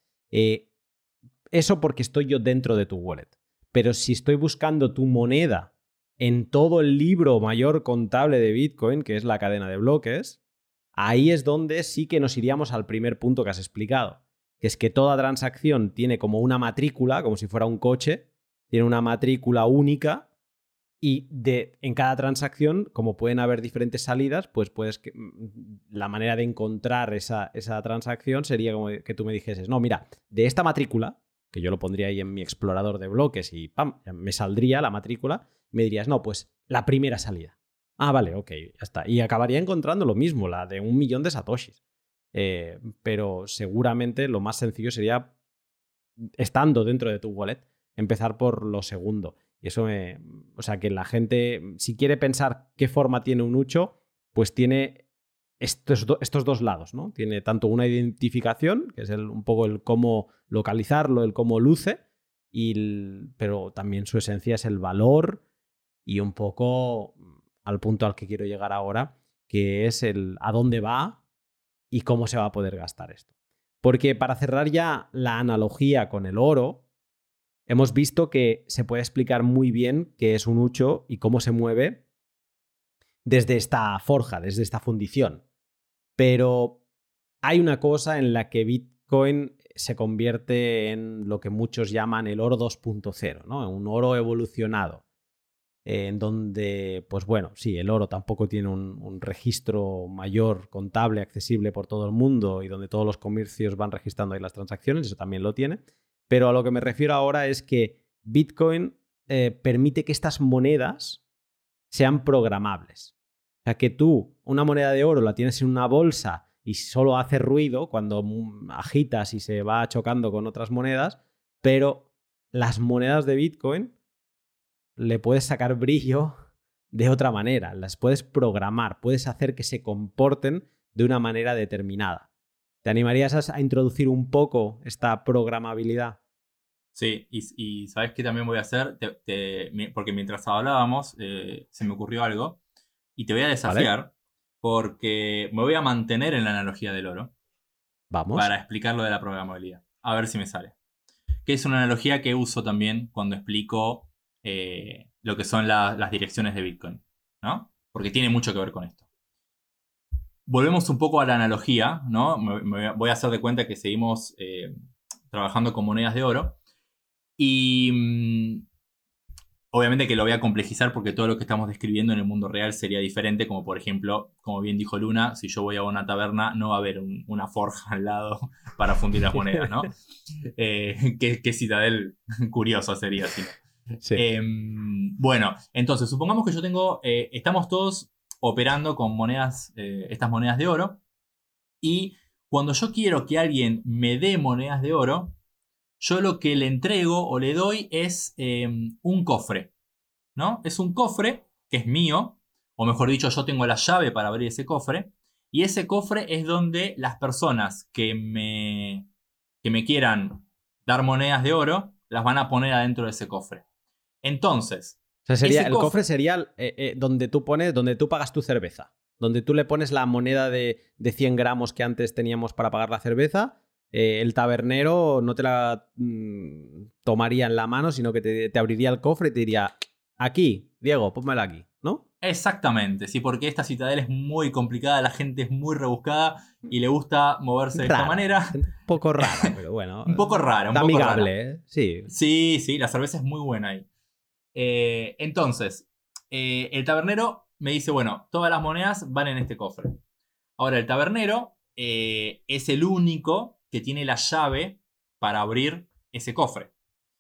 [SPEAKER 1] Eso porque estoy yo dentro de tu wallet. Pero si estoy buscando tu moneda en todo el libro mayor contable de Bitcoin, que es la cadena de bloques, ahí es donde sí que nos iríamos al primer punto que has explicado, que es que toda transacción tiene como una matrícula, como si fuera un coche, tiene una matrícula única y en cada transacción, como pueden haber diferentes salidas, pues la manera de encontrar esa transacción sería como que tú me dijeses, no, mira, de esta matrícula, que yo lo pondría ahí en mi explorador de bloques y ¡pam!, me saldría la matrícula, me dirías, no, pues la primera salida. Ah, vale, ok, ya está. Y acabaría encontrando lo mismo, la de 1.000.000 de satoshis. Pero seguramente lo más sencillo sería, estando dentro de tu wallet, empezar por lo segundo. Y eso o sea, que la gente, si quiere pensar qué forma tiene un ucho, pues tiene estos dos lados, ¿no? Tiene tanto una identificación, que es un poco el cómo localizarlo, el cómo luce, pero también su esencia es el valor y un poco al punto al que quiero llegar ahora, que es el a dónde va y cómo se va a poder gastar esto. Porque para cerrar ya la analogía con el oro, hemos visto que se puede explicar muy bien qué es un ucho y cómo se mueve desde esta forja, desde esta fundición. Pero hay una cosa en la que Bitcoin se convierte en lo que muchos llaman el oro 2.0, ¿no? Un oro evolucionado, en donde, pues bueno, sí, el oro tampoco tiene un registro mayor contable accesible por todo el mundo y donde todos los comercios van registrando ahí las transacciones, eso también lo tiene. Pero a lo que me refiero ahora es que Bitcoin permite que estas monedas sean programables. O sea, que tú una moneda de oro la tienes en una bolsa y solo hace ruido cuando agitas y se va chocando con otras monedas, pero las monedas de Bitcoin le puedes sacar brillo de otra manera, las puedes programar, puedes hacer que se comporten de una manera determinada. ¿Te animarías a introducir un poco esta programabilidad?
[SPEAKER 2] Sí, y ¿sabes qué también voy a hacer? Porque mientras hablábamos, se me ocurrió algo. Y te voy a
[SPEAKER 1] ¿Vale?
[SPEAKER 2] desafiar porque me voy a mantener en la analogía del oro para
[SPEAKER 1] Vamos.
[SPEAKER 2] explicar lo de la programabilidad. A ver si me sale. Que es una analogía que uso también cuando explico lo que son las direcciones de Bitcoin, ¿no? Porque tiene mucho que ver con esto. Volvemos un poco a la analogía, ¿no? Voy a hacer de cuenta que seguimos trabajando con monedas de oro. Y obviamente que lo voy a complejizar porque todo lo que estamos describiendo en el mundo real sería diferente, como por ejemplo, como bien dijo Luna, si yo voy a una taberna no va a haber una forja al lado para fundir las monedas, ¿no? Qué citadel curioso sería así.
[SPEAKER 1] Sí.
[SPEAKER 2] Bueno, entonces supongamos que yo tengo, estamos todos operando con monedas, estas monedas de oro, y cuando yo quiero que alguien me dé monedas de oro, yo lo que le entrego o le doy es un cofre, ¿no? Es un cofre que es mío, o mejor dicho, yo tengo la llave para abrir ese cofre, y ese cofre es donde las personas que me quieran dar monedas de oro, las van a poner adentro de ese cofre. Entonces,
[SPEAKER 1] O sea,
[SPEAKER 2] ese
[SPEAKER 1] el cofre
[SPEAKER 2] cofre...
[SPEAKER 1] sería donde tú pagas tu cerveza. Donde tú le pones la moneda de 100 gramos que antes teníamos para pagar la cerveza. El tabernero no te la tomaría en la mano, sino que te abriría el cofre y te diría: aquí, Diego, pónmela aquí, ¿no?
[SPEAKER 2] Exactamente, sí, porque esta citadela es muy complicada, la gente es muy rebuscada y le gusta moverse de esta
[SPEAKER 1] Rara.
[SPEAKER 2] manera.
[SPEAKER 1] Un poco rara, pero bueno.
[SPEAKER 2] Un poco rara, un
[SPEAKER 1] Está
[SPEAKER 2] poco rara.
[SPEAKER 1] amigable, ¿eh? Sí.
[SPEAKER 2] Sí, sí, la cerveza es muy buena ahí. Entonces, el tabernero me dice, bueno, todas las monedas van en este cofre. Ahora, el tabernero es el único que tiene la llave para abrir ese cofre.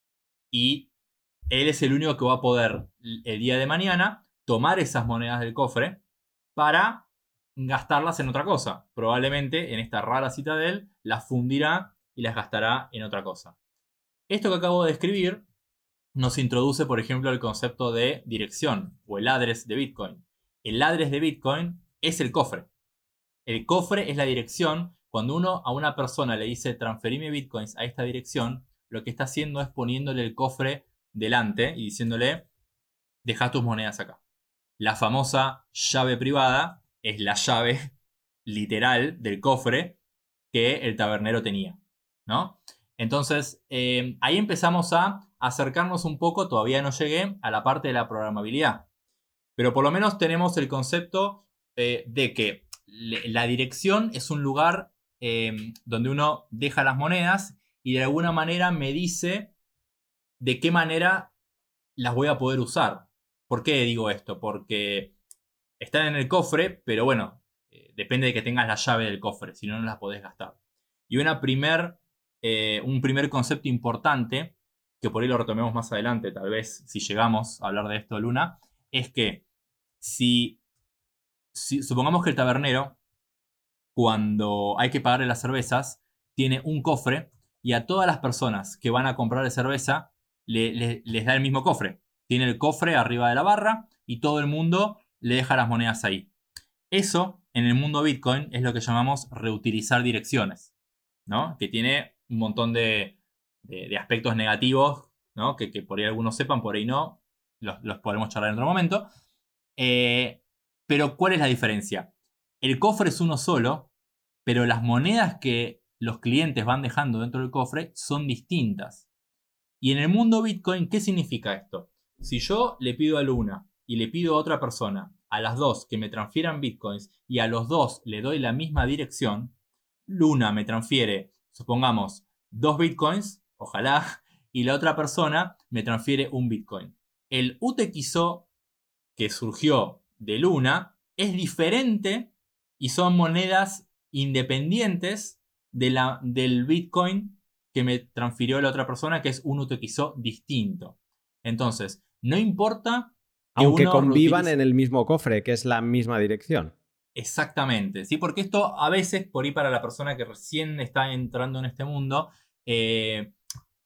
[SPEAKER 2] Y él es el único que va a poder el día de mañana tomar esas monedas del cofre para gastarlas en otra cosa. Probablemente en esta rara citadel las fundirá y las gastará en otra cosa. Esto que acabo de describir nos introduce, por ejemplo, el concepto de dirección o el address de Bitcoin. El address de Bitcoin es el cofre. El cofre es la dirección. Cuando uno a una persona le dice transferime Bitcoins a esta dirección, lo que está haciendo es poniéndole el cofre delante y diciéndole deja tus monedas acá. La famosa llave privada es la llave literal del cofre que el tabernero tenía, ¿no? Entonces, ahí empezamos a acercarnos un poco, todavía no llegué a la parte de la programabilidad, pero por lo menos tenemos el concepto de que la dirección es un lugar donde uno deja las monedas y de alguna manera me dice de qué manera las voy a poder usar. ¿Por qué digo esto? Porque están en el cofre, pero bueno, depende de que tengas la llave del cofre, si no, no las podés gastar. Y un primer concepto importante, que por ahí lo retomemos más adelante, tal vez si llegamos a hablar de esto, Luna, es que si supongamos que el tabernero, cuando hay que pagarle las cervezas, tiene un cofre y a todas las personas que van a comprar cerveza les da el mismo cofre. Tiene el cofre arriba de la barra y todo el mundo le deja las monedas ahí. Eso, en el mundo Bitcoin, es lo que llamamos reutilizar direcciones, ¿no? Que tiene un montón de aspectos negativos, ¿no? Que por ahí algunos sepan, por ahí no. Los podremos charlar en otro momento. Pero, ¿cuál es la diferencia? El cofre es uno solo, pero las monedas que los clientes van dejando dentro del cofre son distintas. Y en el mundo Bitcoin, ¿qué significa esto? Si yo le pido a Luna y le pido a otra persona, a las dos que me transfieran Bitcoins y a los dos le doy la misma dirección, Luna me transfiere, supongamos, 2 Bitcoins, ojalá, y la otra persona me transfiere un Bitcoin. El UTXO que surgió de Luna es diferente y son monedas independientes del Bitcoin que me transfirió la otra persona, que es un UTXO distinto. Entonces, no importa que
[SPEAKER 1] Aunque
[SPEAKER 2] uno
[SPEAKER 1] convivan
[SPEAKER 2] reutilice...
[SPEAKER 1] en el mismo cofre, que es la misma dirección.
[SPEAKER 2] Exactamente, ¿sí? Porque esto a veces, por ahí para la persona que recién está entrando en este mundo,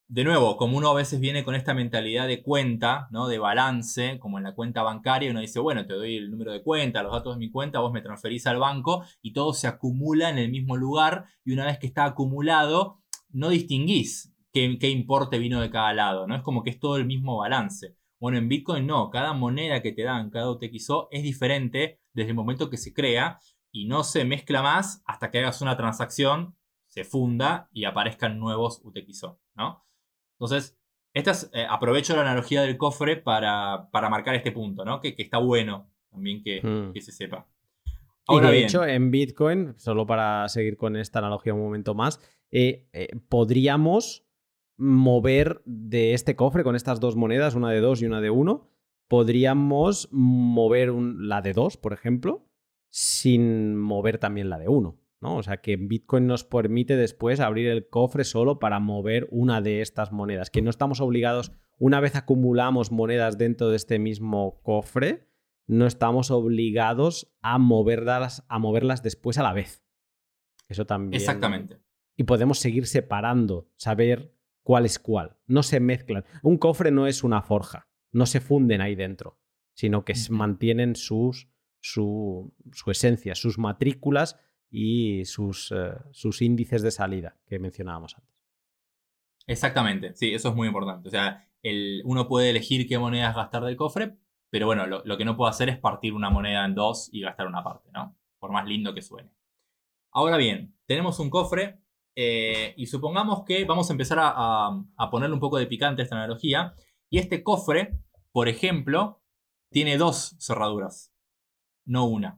[SPEAKER 2] de nuevo, como uno a veces viene con esta mentalidad de cuenta, ¿no? De balance, como en la cuenta bancaria, uno dice, bueno, te doy el número de cuenta, los datos de mi cuenta, vos me transferís al banco y todo se acumula en el mismo lugar y una vez que está acumulado, no distinguís qué importe vino de cada lado, ¿no? Es como que es todo el mismo balance. Bueno, en Bitcoin no, cada moneda que te dan, cada UTXO es diferente desde el momento que se crea y no se mezcla más hasta que hagas una transacción, se funda y aparezcan nuevos UTXO, ¿no? Entonces, aprovecho la analogía del cofre para marcar este punto, ¿no? Que está bueno también que se sepa.
[SPEAKER 1] Y
[SPEAKER 2] Ahora
[SPEAKER 1] de
[SPEAKER 2] bien,
[SPEAKER 1] hecho, en Bitcoin, solo para seguir con esta analogía un momento más, podríamos mover de este cofre con estas dos monedas, una de 2 y una de 1, podríamos mover la de 2, por ejemplo, sin mover también la de 1, ¿no? O sea que Bitcoin nos permite después abrir el cofre solo para mover una de estas monedas, que no estamos obligados, una vez acumulamos monedas dentro de este mismo cofre, no estamos obligados a moverlas después a la vez. Eso también.
[SPEAKER 2] exactamente.
[SPEAKER 1] Y podemos seguir separando, saber cuál es cuál. No se mezclan. Un cofre no es una forja, no se funden ahí dentro, sino que mantienen su esencia, sus matrículas y sus índices de salida que mencionábamos antes.
[SPEAKER 2] Exactamente, sí, eso es muy importante. O sea, uno puede elegir qué monedas gastar del cofre, pero bueno, lo que no puedo hacer es partir una moneda en dos y gastar una parte, ¿no? Por más lindo que suene. Ahora bien, tenemos un cofre y supongamos que vamos a empezar a ponerle un poco de picante a esta analogía. Y este cofre, por ejemplo, tiene dos cerraduras, no una.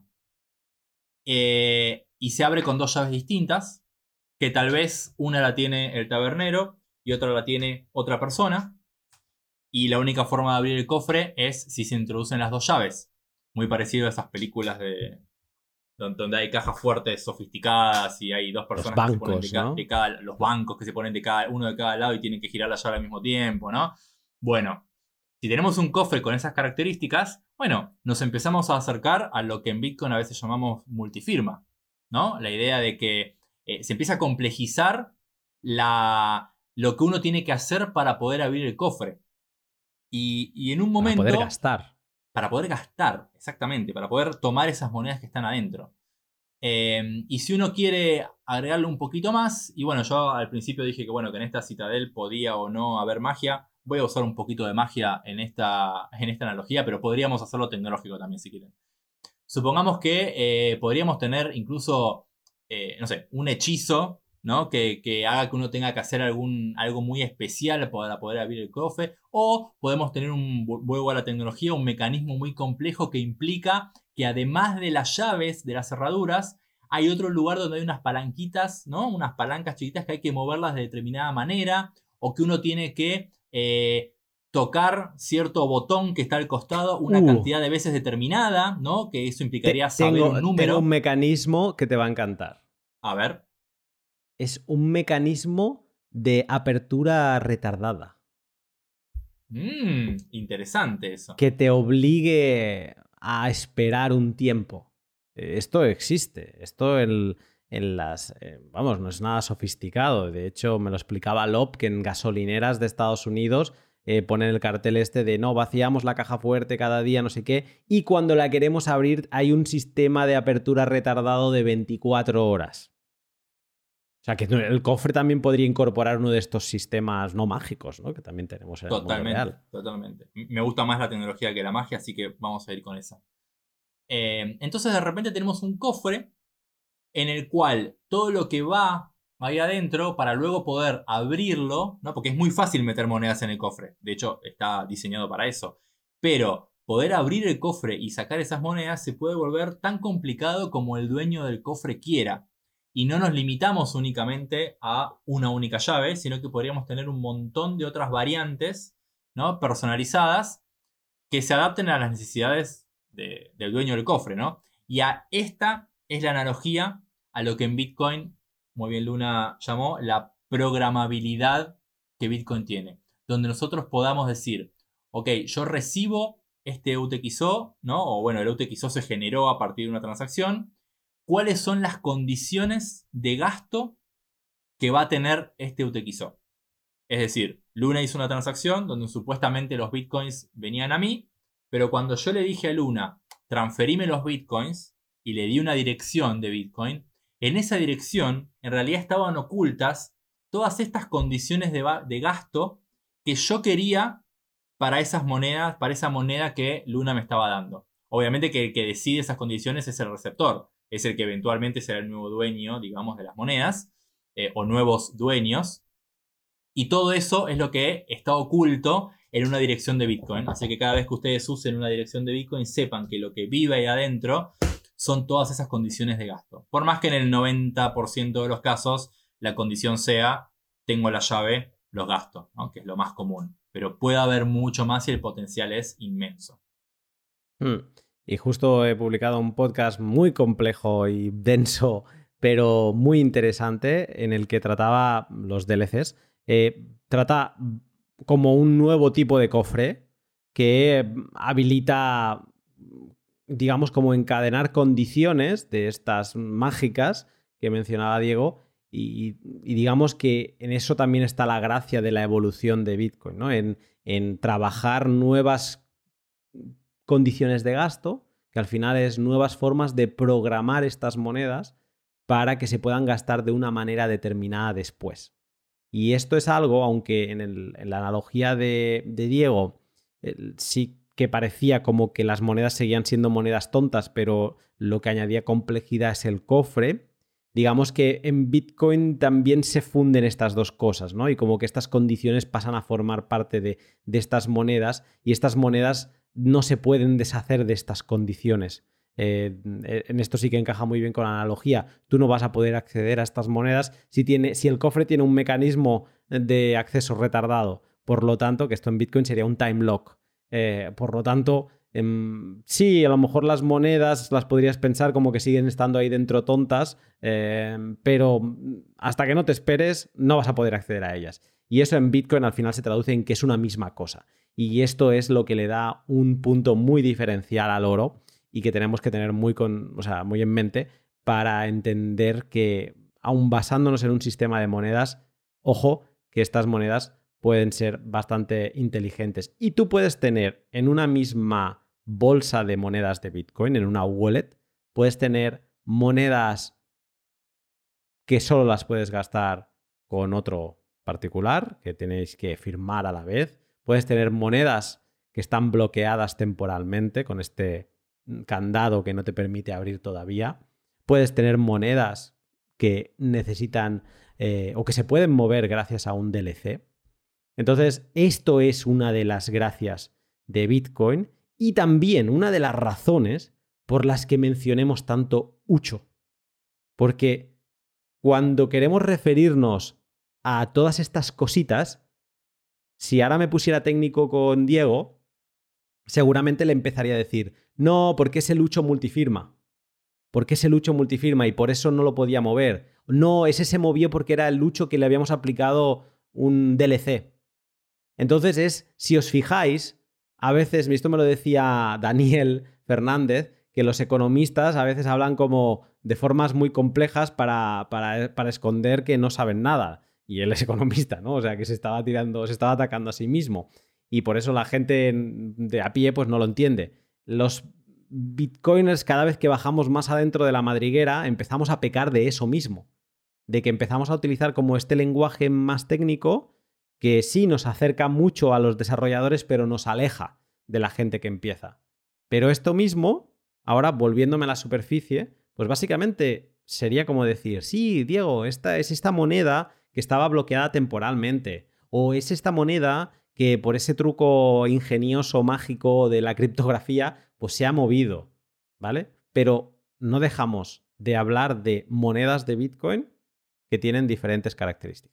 [SPEAKER 2] Y se abre con dos llaves distintas, que tal vez una la tiene el tabernero y otra la tiene otra persona. Y la única forma de abrir el cofre es si se introducen las dos llaves. Muy parecido a esas películas donde hay cajas fuertes sofisticadas y hay dos personas
[SPEAKER 1] Los
[SPEAKER 2] que se ponen
[SPEAKER 1] bancos, ¿no?
[SPEAKER 2] los bancos que se ponen uno de cada lado y tienen que girar la llave al mismo tiempo, ¿no? Bueno, si tenemos un cofre con esas características, bueno, nos empezamos a acercar a lo que en Bitcoin a veces llamamos multifirma, ¿no? La idea de que se empieza a complejizar lo que uno tiene que hacer para poder abrir el cofre. Y en un
[SPEAKER 1] Para
[SPEAKER 2] momento...
[SPEAKER 1] poder gastar.
[SPEAKER 2] Para poder gastar, exactamente, para poder tomar esas monedas que están adentro. Y si uno quiere agregarle un poquito más, y bueno, yo al principio dije que bueno, que en esta Citadel podía o no haber magia. Voy a usar un poquito de magia en esta analogía, pero podríamos hacerlo tecnológico también si quieren. Supongamos que podríamos tener incluso, no sé, un hechizo, ¿no? Que haga que uno tenga que hacer algo muy especial para poder abrir el cofre. O podemos tener vuelvo a la tecnología, un mecanismo muy complejo que implica que además de las llaves, de las cerraduras, hay otro lugar donde hay unas palanquitas, ¿no? Unas palancas chiquitas que hay que moverlas de determinada manera. O que uno tiene que tocar cierto botón que está al costado una cantidad de veces determinada, ¿no? Que eso implicaría saber un número.
[SPEAKER 1] Tengo un mecanismo que te va a encantar.
[SPEAKER 2] A ver.
[SPEAKER 1] Es un mecanismo de apertura retardada.
[SPEAKER 2] Interesante eso.
[SPEAKER 1] Que te obligue a esperar un tiempo. Esto existe. Esto vamos, no es nada sofisticado. De hecho, me lo explicaba Lop, que en gasolineras de Estados Unidos ponen el cartel este de no, vaciamos la caja fuerte cada día, no sé qué, y cuando la queremos abrir hay un sistema de apertura retardado de 24 horas. O sea, que el cofre también podría incorporar uno de estos sistemas no mágicos, ¿no? Que también tenemos en el mundo real.
[SPEAKER 2] Totalmente. Me gusta más la tecnología que la magia, así que vamos a ir con esa. Entonces, de repente tenemos un cofre en el cual todo lo que va ahí adentro, para luego poder abrirlo, ¿no? Porque es muy fácil meter monedas en el cofre. De hecho, está diseñado para eso. Pero poder abrir el cofre y sacar esas monedas se puede volver tan complicado como el dueño del cofre quiera. Y no nos limitamos únicamente a una única llave, sino que podríamos tener un montón de otras variantes, ¿no? Personalizadas que se adapten a las necesidades del dueño del cofre, ¿no? Y esta es la analogía a lo que en Bitcoin, muy bien Luna llamó, la programabilidad que Bitcoin tiene. Donde nosotros podamos decir, ok, yo recibo este UTXO, ¿no? O bueno, el UTXO se generó a partir de una transacción. ¿Cuáles son las condiciones de gasto que va a tener este UTXO? Es decir, Luna hizo una transacción donde supuestamente los bitcoins venían a mí, pero cuando yo le dije a Luna, transferime los bitcoins y le di una dirección de bitcoin, en esa dirección en realidad estaban ocultas todas estas condiciones de gasto que yo quería para esas monedas, para esa moneda que Luna me estaba dando. Obviamente que el que decide esas condiciones es el receptor, es el que eventualmente será el nuevo dueño, digamos, de las monedas, o nuevos dueños. Y todo eso es lo que está oculto en una dirección de Bitcoin. Así que cada vez que ustedes usen una dirección de Bitcoin, sepan que lo que vive ahí adentro son todas esas condiciones de gasto. Por más que en el 90% de los casos la condición sea, tengo la llave, los gasto, ¿no? Que es lo más común. Pero puede haber mucho más y el potencial es inmenso.
[SPEAKER 1] Y justo he publicado un podcast muy complejo y denso, pero muy interesante, en el que trataba los DLCs. Trata como un nuevo tipo de cofre que habilita, digamos, como encadenar condiciones de estas mágicas que mencionaba Diego. Y digamos que en eso también está la gracia de la evolución de Bitcoin, ¿no? En trabajar nuevas condiciones de gasto, que al final es nuevas formas de programar estas monedas para que se puedan gastar de una manera determinada después. Y esto es algo, aunque en la analogía de Diego sí que parecía como que las monedas seguían siendo monedas tontas, pero lo que añadía complejidad es el cofre. Digamos que en Bitcoin también se funden estas dos cosas, ¿no? Y como que estas condiciones pasan a formar parte de estas monedas, y estas monedas no se pueden deshacer de estas condiciones. En esto sí que encaja muy bien con la analogía. Tú no vas a poder acceder a estas monedas si el cofre tiene un mecanismo de acceso retardado. Por lo tanto, que esto en Bitcoin sería un time lock. Por lo tanto, sí, a lo mejor las monedas las podrías pensar como que siguen estando ahí dentro tontas, pero hasta que no te esperes no vas a poder acceder a ellas. Y eso en Bitcoin al final se traduce en que es una misma cosa. Y esto es lo que le da un punto muy diferencial al oro y que tenemos que tener muy en mente para entender que, aun basándonos en un sistema de monedas, ojo, que estas monedas pueden ser bastante inteligentes. Y tú puedes tener en una misma bolsa de monedas de Bitcoin, en una wallet, puedes tener monedas que solo las puedes gastar con otro particular, que tenéis que firmar a la vez. Puedes tener monedas que están bloqueadas temporalmente con este candado que no te permite abrir todavía. Puedes tener monedas que necesitan o que se pueden mover gracias a un DLC. Entonces, esto es una de las gracias de Bitcoin y también una de las razones por las que mencionemos tanto Ucho. Porque cuando queremos referirnos a todas estas cositas, si ahora me pusiera técnico con Diego, seguramente le empezaría a decir, no, porque es el Ucho multifirma. ¿Por qué es el Ucho multifirma? Y por eso no lo podía mover. No, ese se movió porque era el Ucho que le habíamos aplicado un DLC. Entonces si os fijáis, a veces, esto me lo decía Daniel Fernández, que los economistas a veces hablan como de formas muy complejas para esconder que no saben nada. Y él es economista, ¿no? O sea, que se estaba atacando a sí mismo. Y por eso la gente de a pie pues no lo entiende. Los bitcoiners, cada vez que bajamos más adentro de la madriguera, empezamos a pecar de eso mismo. De que empezamos a utilizar como este lenguaje más técnico que sí nos acerca mucho a los desarrolladores, pero nos aleja de la gente que empieza. Pero esto mismo, ahora volviéndome a la superficie, pues básicamente sería como decir, sí, Diego, esta es esta moneda que estaba bloqueada temporalmente, o es esta moneda que por ese truco ingenioso, mágico de la criptografía, pues se ha movido, ¿vale? Pero no dejamos de hablar de monedas de Bitcoin que tienen diferentes características.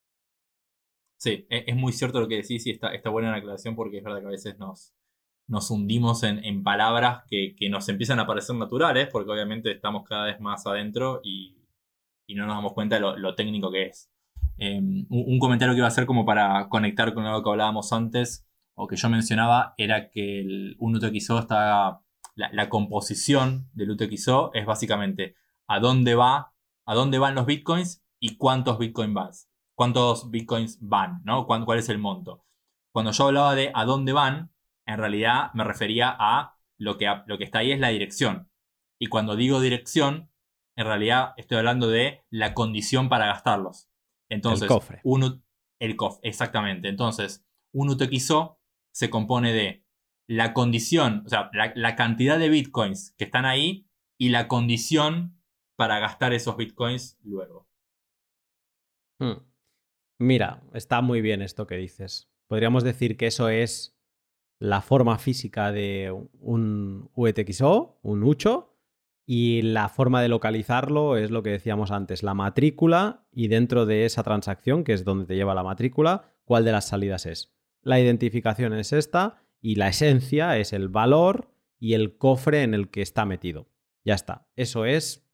[SPEAKER 2] Sí, es muy cierto lo que decís y está buena la aclaración, porque es verdad que a veces nos hundimos en palabras que nos empiezan a parecer naturales, porque obviamente estamos cada vez más adentro y no nos damos cuenta de lo técnico que es. Un comentario que iba a hacer como para conectar con algo que hablábamos antes, o que yo mencionaba, era que un UTXO está... La composición del UTXO es básicamente a dónde van los bitcoins y cuántos bitcoins cuántos bitcoins van, ¿no? ¿Cuál es el monto? Cuando yo hablaba de a dónde van, en realidad me refería a lo que está ahí es la dirección. Y cuando digo dirección, en realidad estoy hablando de la condición para gastarlos. Entonces,
[SPEAKER 1] el cofre.
[SPEAKER 2] El cofre, exactamente. Entonces, un UTXO se compone de la condición, o sea, la cantidad de bitcoins que están ahí y la condición para gastar esos bitcoins luego.
[SPEAKER 1] Mira, está muy bien esto que dices. Podríamos decir que eso es la forma física de un UTXO, un UCHO, y la forma de localizarlo es lo que decíamos antes, la matrícula, y dentro de esa transacción, que es donde te lleva la matrícula, ¿cuál de las salidas es? La identificación es esta y la esencia es el valor y el cofre en el que está metido. Ya está. Eso es,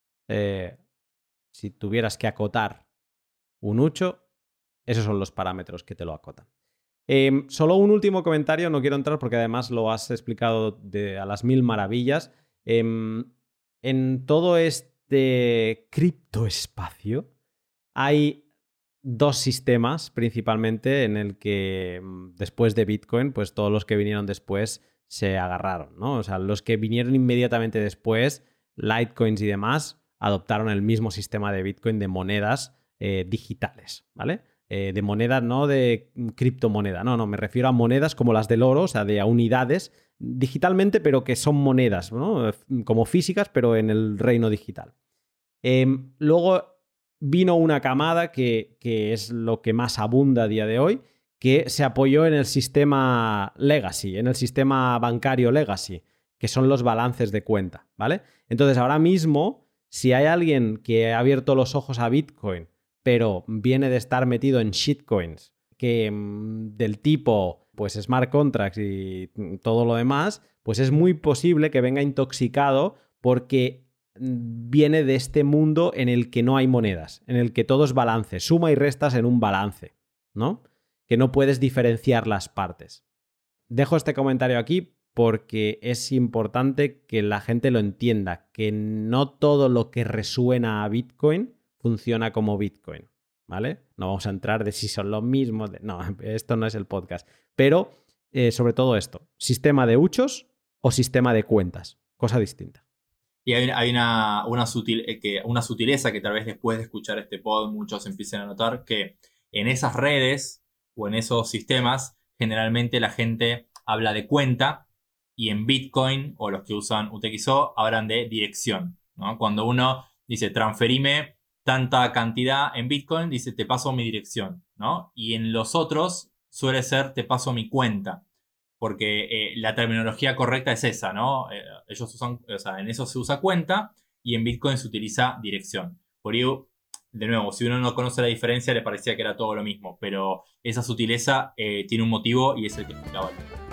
[SPEAKER 1] si tuvieras que acotar un UCHO, esos son los parámetros que te lo acotan. Solo un último comentario, no quiero entrar porque además lo has explicado a las mil maravillas. En todo este criptoespacio hay dos sistemas principalmente en el que después de Bitcoin, pues todos los que vinieron después se agarraron, ¿no? O sea, los que vinieron inmediatamente después, Litecoins y demás, adoptaron el mismo sistema de Bitcoin de monedas digitales, ¿vale? De moneda, no de criptomoneda, no, me refiero a monedas como las del oro, o sea, de unidades digitalmente, pero que son monedas, ¿no? Como físicas, pero en el reino digital. Luego vino una camada que es lo que más abunda a día de hoy, que se apoyó en el sistema legacy, en el sistema bancario legacy, que son los balances de cuenta, ¿vale? Entonces, ahora mismo, si hay alguien que ha abierto los ojos a Bitcoin, pero viene de estar metido en shitcoins, que del tipo pues smart contracts y todo lo demás, pues es muy posible que venga intoxicado porque viene de este mundo en el que no hay monedas, en el que todo es balance, suma y restas en un balance, ¿no? Que no puedes diferenciar las partes. Dejo este comentario aquí porque es importante que la gente lo entienda, que no todo lo que resuena a Bitcoin funciona como Bitcoin, ¿vale? No vamos a entrar de si son los mismos. No, esto no es el podcast. Pero, sobre todo esto, sistema de UCHOs o sistema de cuentas, cosa distinta.
[SPEAKER 2] Y hay una sutileza que tal vez después de escuchar este pod muchos empiecen a notar, que en esas redes o en esos sistemas generalmente la gente habla de cuenta y en Bitcoin o los que usan UTXO hablan de dirección, ¿no? Cuando uno dice transferime tanta cantidad en Bitcoin, dice te paso mi dirección, ¿no? Y en los otros suele ser te paso mi cuenta. Porque la terminología correcta es esa, ¿no? Ellos usan, o sea, en eso se usa cuenta y en Bitcoin se utiliza dirección. Por ello, de nuevo, si uno no conoce la diferencia, le parecía que era todo lo mismo. Pero esa sutileza tiene un motivo y es el que explicaba el tema.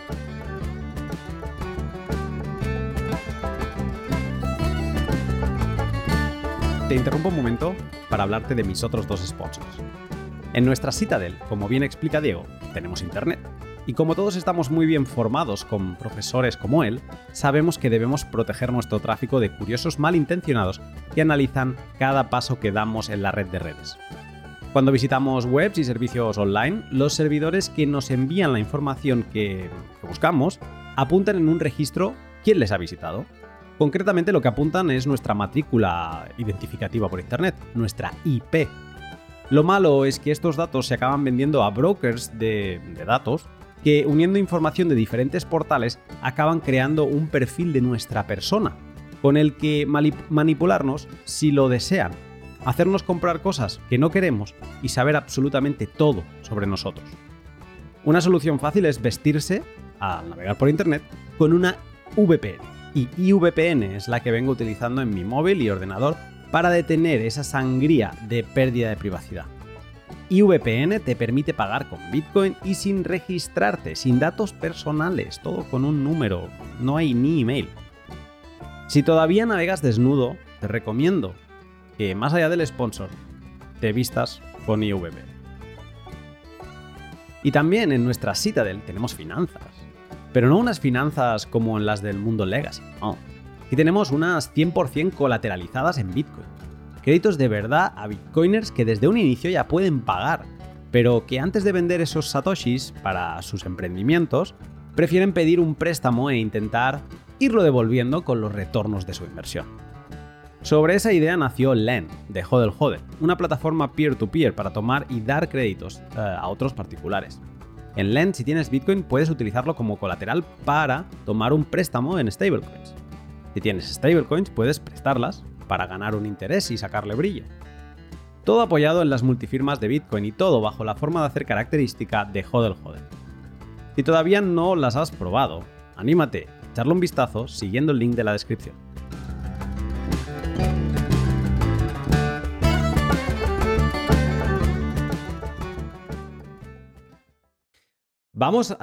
[SPEAKER 1] Te interrumpo un momento para hablarte de mis otros dos sponsors. En nuestra Citadel, como bien explica Diego, tenemos internet. Y como todos estamos muy bien formados con profesores como él, sabemos que debemos proteger nuestro tráfico de curiosos malintencionados que analizan cada paso que damos en la red de redes. Cuando visitamos webs y servicios online, los servidores que nos envían la información que buscamos apuntan en un registro quién les ha visitado. Concretamente lo que apuntan es nuestra matrícula identificativa por internet, nuestra IP. Lo malo es que estos datos se acaban vendiendo a brokers de datos que, uniendo información de diferentes portales, acaban creando un perfil de nuestra persona, con el que manipularnos si lo desean, hacernos comprar cosas que no queremos y saber absolutamente todo sobre nosotros. Una solución fácil es vestirse, al navegar por internet, con una VPN. Y IVPN es la que vengo utilizando en mi móvil y ordenador para detener esa sangría de pérdida de privacidad. IVPN te permite pagar con Bitcoin y sin registrarte, sin datos personales, todo con un número, no hay ni email. Si todavía navegas desnudo, te recomiendo que, más allá del sponsor, te vistas con IVPN. Y también en nuestra Citadel tenemos finanzas, pero no unas finanzas como en las del mundo legacy, no. Aquí tenemos unas 100% colateralizadas en Bitcoin. Créditos de verdad a bitcoiners que desde un inicio ya pueden pagar, pero que antes de vender esos satoshis para sus emprendimientos, prefieren pedir un préstamo e intentar irlo devolviendo con los retornos de su inversión. Sobre esa idea nació Lend, de Hodl Hodl, una plataforma peer-to-peer para tomar y dar créditos a otros particulares. En Lend, si tienes Bitcoin, puedes utilizarlo como colateral para tomar un préstamo en stablecoins. Si tienes stablecoins, puedes prestarlas para ganar un interés y sacarle brillo. Todo apoyado en las multifirmas de Bitcoin y todo bajo la forma de hacer característica de Hodl Hodl. Si todavía no las has probado, anímate, echarle un vistazo siguiendo el link de la descripción. Vamos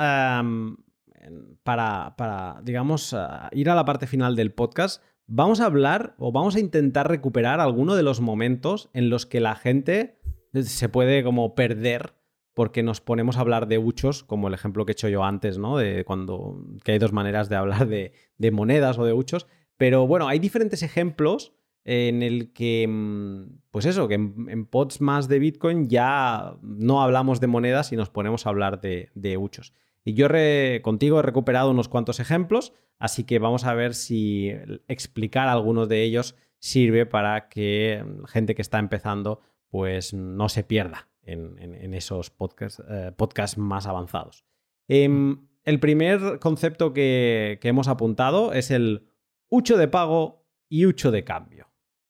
[SPEAKER 1] para digamos, ir a la parte final del podcast. Vamos a hablar o vamos a intentar recuperar alguno de los momentos en los que la gente se puede como perder porque nos ponemos a hablar de huchos, como el ejemplo que he hecho yo antes, ¿no? De que hay dos maneras de hablar de monedas o de huchos. Pero bueno, hay diferentes ejemplos en el que, pues eso, que en pods más de Bitcoin ya no hablamos de monedas y nos ponemos a hablar de huchos. Y yo contigo he recuperado unos cuantos ejemplos, así que vamos a ver si explicar algunos de ellos sirve para que gente que está empezando pues no se pierda en esos podcasts más avanzados. El primer concepto que hemos apuntado es el hucho de pago y hucho de cambio.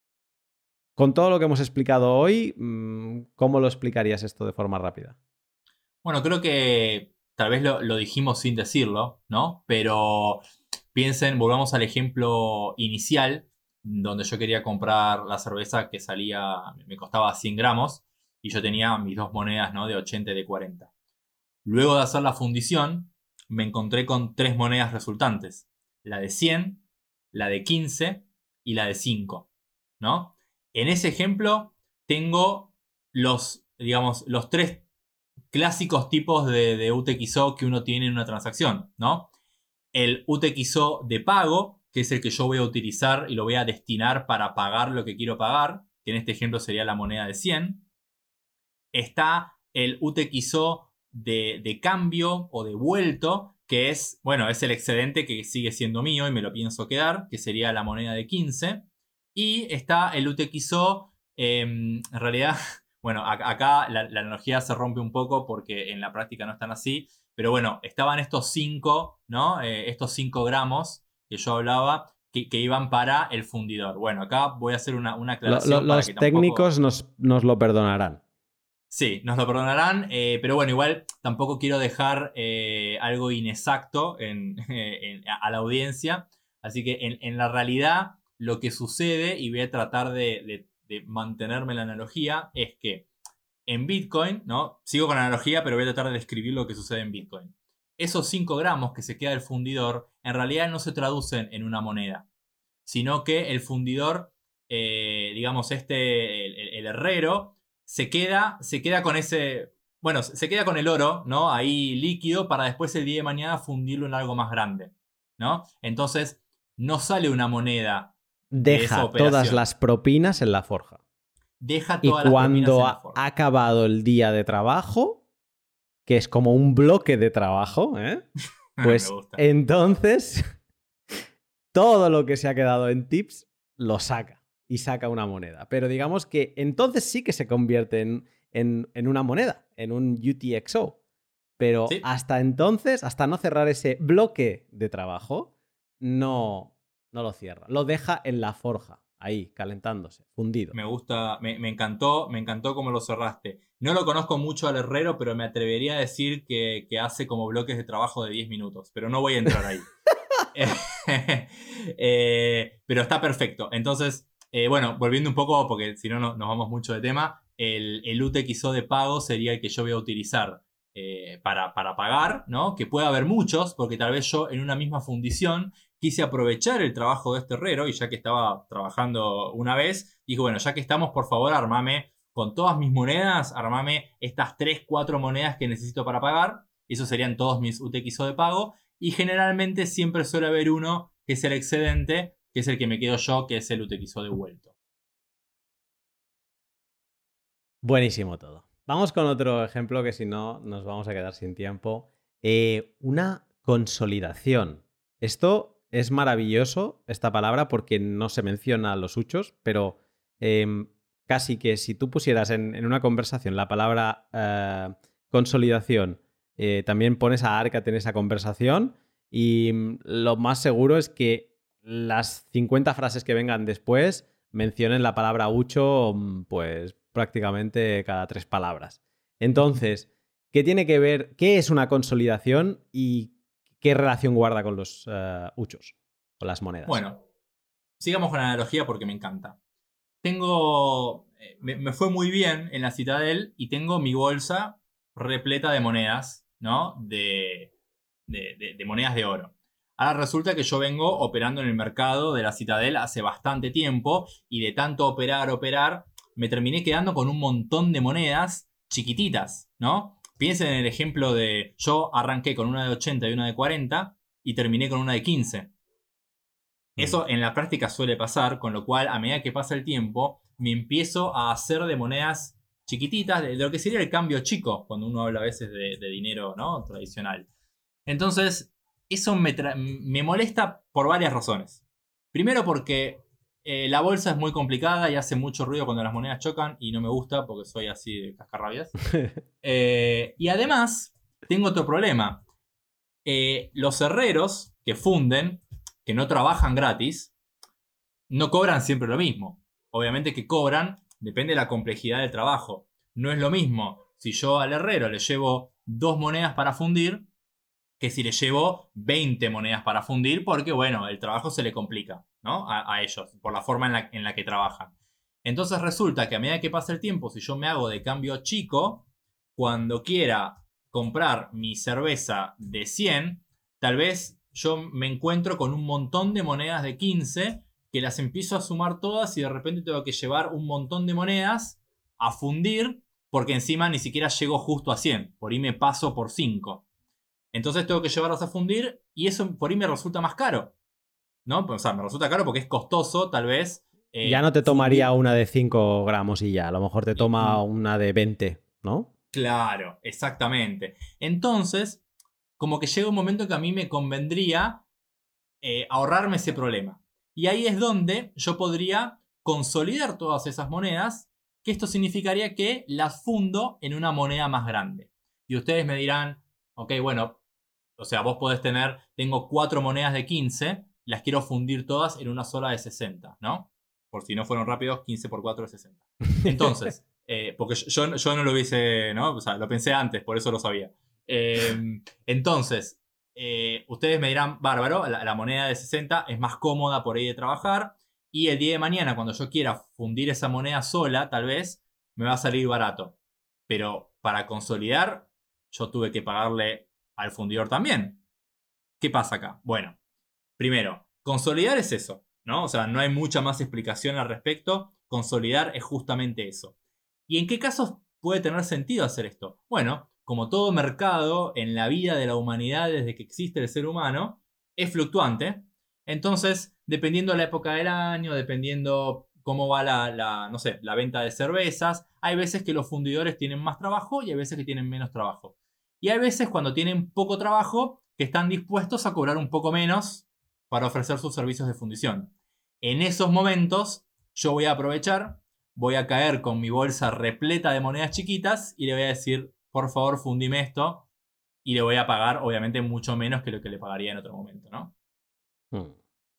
[SPEAKER 1] Con todo lo que hemos explicado hoy, ¿cómo lo explicarías esto de forma rápida?
[SPEAKER 2] Bueno, creo que tal vez lo dijimos sin decirlo, ¿no? Pero piensen, volvamos al ejemplo inicial, donde yo quería comprar la cerveza que me costaba 100 gramos, y yo tenía mis dos monedas, ¿no? De 80 y de 40. Luego de hacer la fundición, me encontré con tres monedas resultantes. La de 100, la de 15 y la de 5, ¿no? En ese ejemplo tengo los tres clásicos tipos de UTXO que uno tiene en una transacción, ¿no? El UTXO de pago, que es el que yo voy a utilizar y lo voy a destinar para pagar lo que quiero pagar, que en este ejemplo sería la moneda de 100. Está el UTXO de cambio o de vuelto, que es el excedente que sigue siendo mío y me lo pienso quedar, que sería la moneda de 15. Y está el UTXO, en realidad, bueno, acá la analogía se rompe un poco porque en la práctica no están así, pero bueno, estaban estos 5, ¿no? Estos 5 gramos que yo hablaba, que iban para el fundidor. Bueno, acá voy a hacer una aclaración.
[SPEAKER 1] Los técnicos nos lo perdonarán.
[SPEAKER 2] Sí, nos lo perdonarán, pero bueno, igual tampoco quiero dejar algo inexacto a la audiencia. Así que en la realidad lo que sucede, y voy a tratar de mantenerme en la analogía, es que en Bitcoin, ¿no? Sigo con la analogía, pero voy a tratar de describir lo que sucede en Bitcoin. Esos 5 gramos que se queda el fundidor, en realidad no se traducen en una moneda, sino que el fundidor, el herrero, se queda con ese... Bueno, se queda con el oro, ¿no? Ahí líquido para después el día de mañana fundirlo en algo más grande, ¿no? Entonces, no sale una moneda.
[SPEAKER 1] Deja todas las propinas en la forja.
[SPEAKER 2] Deja todas las propinas en la forja.
[SPEAKER 1] Y cuando ha acabado el día de trabajo, que es como un bloque de trabajo, pues entonces todo lo que se ha quedado en tips lo saca y saca una moneda. Pero digamos que entonces sí que se convierte en una moneda, en un UTXO. Pero ¿sí? Hasta entonces, hasta no cerrar ese bloque de trabajo, no lo cierra. Lo deja en la forja, ahí, calentándose, fundido.
[SPEAKER 2] Me gusta, me encantó cómo lo cerraste. No lo conozco mucho al herrero, pero me atrevería a decir que hace como bloques de trabajo de 10 minutos. Pero no voy a entrar ahí. Pero está perfecto. Entonces, volviendo un poco, porque si no nos vamos mucho de tema, el UTXO de pago sería el que yo voy a utilizar para pagar, ¿no? Que puede haber muchos, porque tal vez yo en una misma fundición quise aprovechar el trabajo de este herrero, y ya que estaba trabajando una vez, dije, bueno, ya que estamos, por favor, armame con todas mis monedas, armame estas 3, 4 monedas que necesito para pagar. Esos serían todos mis UTXO de pago. Y generalmente siempre suele haber uno que es el excedente, que es el que me quedo yo, que es el UTXO de vuelto.
[SPEAKER 1] Buenísimo todo. Vamos con otro ejemplo que si no nos vamos a quedar sin tiempo. Una consolidación. Esto es maravilloso, esta palabra, porque no se menciona a los huchos, pero casi que si tú pusieras en una conversación la palabra consolidación, también pones a Arcat en esa conversación y lo más seguro es que las 50 frases que vengan después mencionen la palabra hucho, pues prácticamente cada 3 palabras. Entonces, ¿qué tiene que ver? ¿Qué es una consolidación y qué relación guarda con los huchos, con las monedas?
[SPEAKER 2] Bueno, sigamos con la analogía porque me encanta. Tengo. Me fue muy bien en la Citadel y tengo mi bolsa repleta de monedas, ¿no? De monedas de oro. Ahora resulta que yo vengo operando en el mercado de la Citadel hace bastante tiempo y de tanto operar, me terminé quedando con un montón de monedas chiquititas, ¿no? Piensen en el ejemplo de yo arranqué con una de 80 y una de 40 y terminé con una de 15. Eso en la práctica suele pasar, con lo cual a medida que pasa el tiempo me empiezo a hacer de monedas chiquititas, de lo que sería el cambio chico, cuando uno habla a veces de dinero, ¿no? Tradicional. Entonces, eso me molesta por varias razones. Primero porque la bolsa es muy complicada y hace mucho ruido cuando las monedas chocan y no me gusta porque soy así de cascarrabias. Y además, tengo otro problema. Los herreros que funden, que no trabajan gratis, no cobran siempre lo mismo. Obviamente que cobran, depende de la complejidad del trabajo. No es lo mismo si yo al herrero le llevo 2 monedas para fundir que si le llevo 20 monedas para fundir, porque bueno, el trabajo se le complica, ¿no? A ellos, por la forma en la que trabajan. Entonces resulta que a medida que pasa el tiempo, si yo me hago de cambio chico, cuando quiera comprar mi cerveza de 100, tal vez yo me encuentro con un montón de monedas de 15 que las empiezo a sumar todas y de repente tengo que llevar un montón de monedas a fundir porque encima ni siquiera llego justo a 100. Por ahí me paso por 5. Entonces tengo que llevarlas a fundir y eso por ahí me resulta más caro, ¿no? O sea, me resulta caro porque es costoso tal vez
[SPEAKER 1] Ya no te tomaría
[SPEAKER 2] fundir.
[SPEAKER 1] una de 5 gramos y ya, a lo mejor te toma una de 20, ¿no?
[SPEAKER 2] Claro, exactamente. Entonces, como que llega un momento que a mí me convendría ahorrarme ese problema. Y ahí es donde yo podría consolidar todas esas monedas, que esto significaría que las fundo en una moneda más grande. Y ustedes me dirán, ok, bueno, o sea, vos podés tener, tengo 4 monedas de 15, las quiero fundir todas en una sola de 60, ¿no? Por si no fueron rápidos, 15 por 4 es 60. Entonces, porque yo no lo hubiese, ¿no? O sea, lo pensé antes, por eso lo sabía. Entonces, ustedes me dirán, bárbaro, la moneda de 60 es más cómoda por ahí de trabajar y el día de mañana, cuando yo quiera fundir esa moneda sola, tal vez, me va a salir barato. Pero para consolidar, yo tuve que pagarle al fundidor también. ¿Qué pasa acá? Bueno, primero, consolidar es eso, ¿no? O sea, no hay mucha más explicación al respecto. Consolidar es justamente eso. ¿Y en qué casos puede tener sentido hacer esto? Bueno, como todo mercado en la vida de la humanidad desde que existe el ser humano, es fluctuante. Entonces, dependiendo de la época del año, dependiendo cómo va no sé, la venta de cervezas, hay veces que los fundidores tienen más trabajo y hay veces que tienen menos trabajo. Y hay veces cuando tienen poco trabajo que están dispuestos a cobrar un poco menos para ofrecer sus servicios de fundición. En esos momentos yo voy a aprovechar, voy a caer con mi bolsa repleta de monedas chiquitas y le voy a decir, por favor, fundime esto y le voy a pagar, obviamente, mucho menos que lo que le pagaría en otro momento, ¿no?
[SPEAKER 1] Hmm.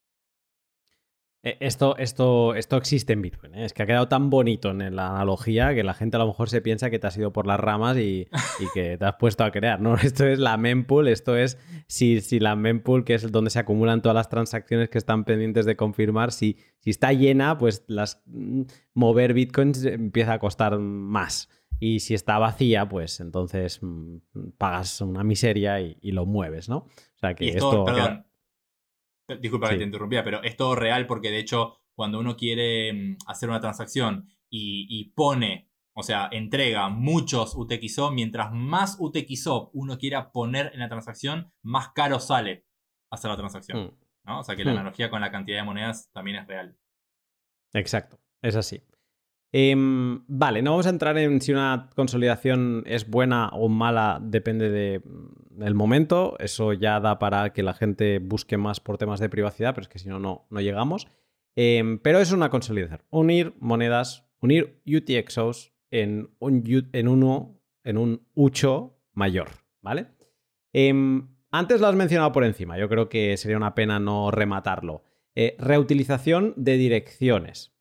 [SPEAKER 1] Esto existe en Bitcoin, ¿eh? Es que ha quedado tan bonito en la analogía que la gente a lo mejor se piensa que te has ido por las ramas y que te has puesto a crear, ¿no? Esto es la mempool, esto es si la mempool, que es donde se acumulan todas las transacciones que están pendientes de confirmar, si está llena, pues mover Bitcoins empieza a costar más. Y si está vacía, pues entonces pagas una miseria y lo mueves, ¿no? O sea
[SPEAKER 2] Y
[SPEAKER 1] que
[SPEAKER 2] esto,
[SPEAKER 1] esto queda...
[SPEAKER 2] perdón, disculpa que te
[SPEAKER 1] Sí.
[SPEAKER 2] interrumpía, pero es todo real porque de hecho cuando uno quiere hacer una transacción y pone, o sea, entrega muchos UTXO, mientras más UTXO uno quiera poner en la transacción, más caro sale hacer la transacción,
[SPEAKER 1] Hmm.
[SPEAKER 2] ¿no? O sea que la
[SPEAKER 1] Hmm.
[SPEAKER 2] analogía con la cantidad de monedas también es real.
[SPEAKER 1] Exacto, es así. Vale, no vamos a entrar en si una consolidación es buena o mala, depende del momento. Eso ya da para que la gente busque más por temas de privacidad, pero es que si no, no llegamos. Pero es una consolidación. Unir monedas, unir UTXOs en un ucho mayor, ¿vale? Antes lo has mencionado por encima, yo creo que sería una pena no rematarlo. Reutilización de direcciones.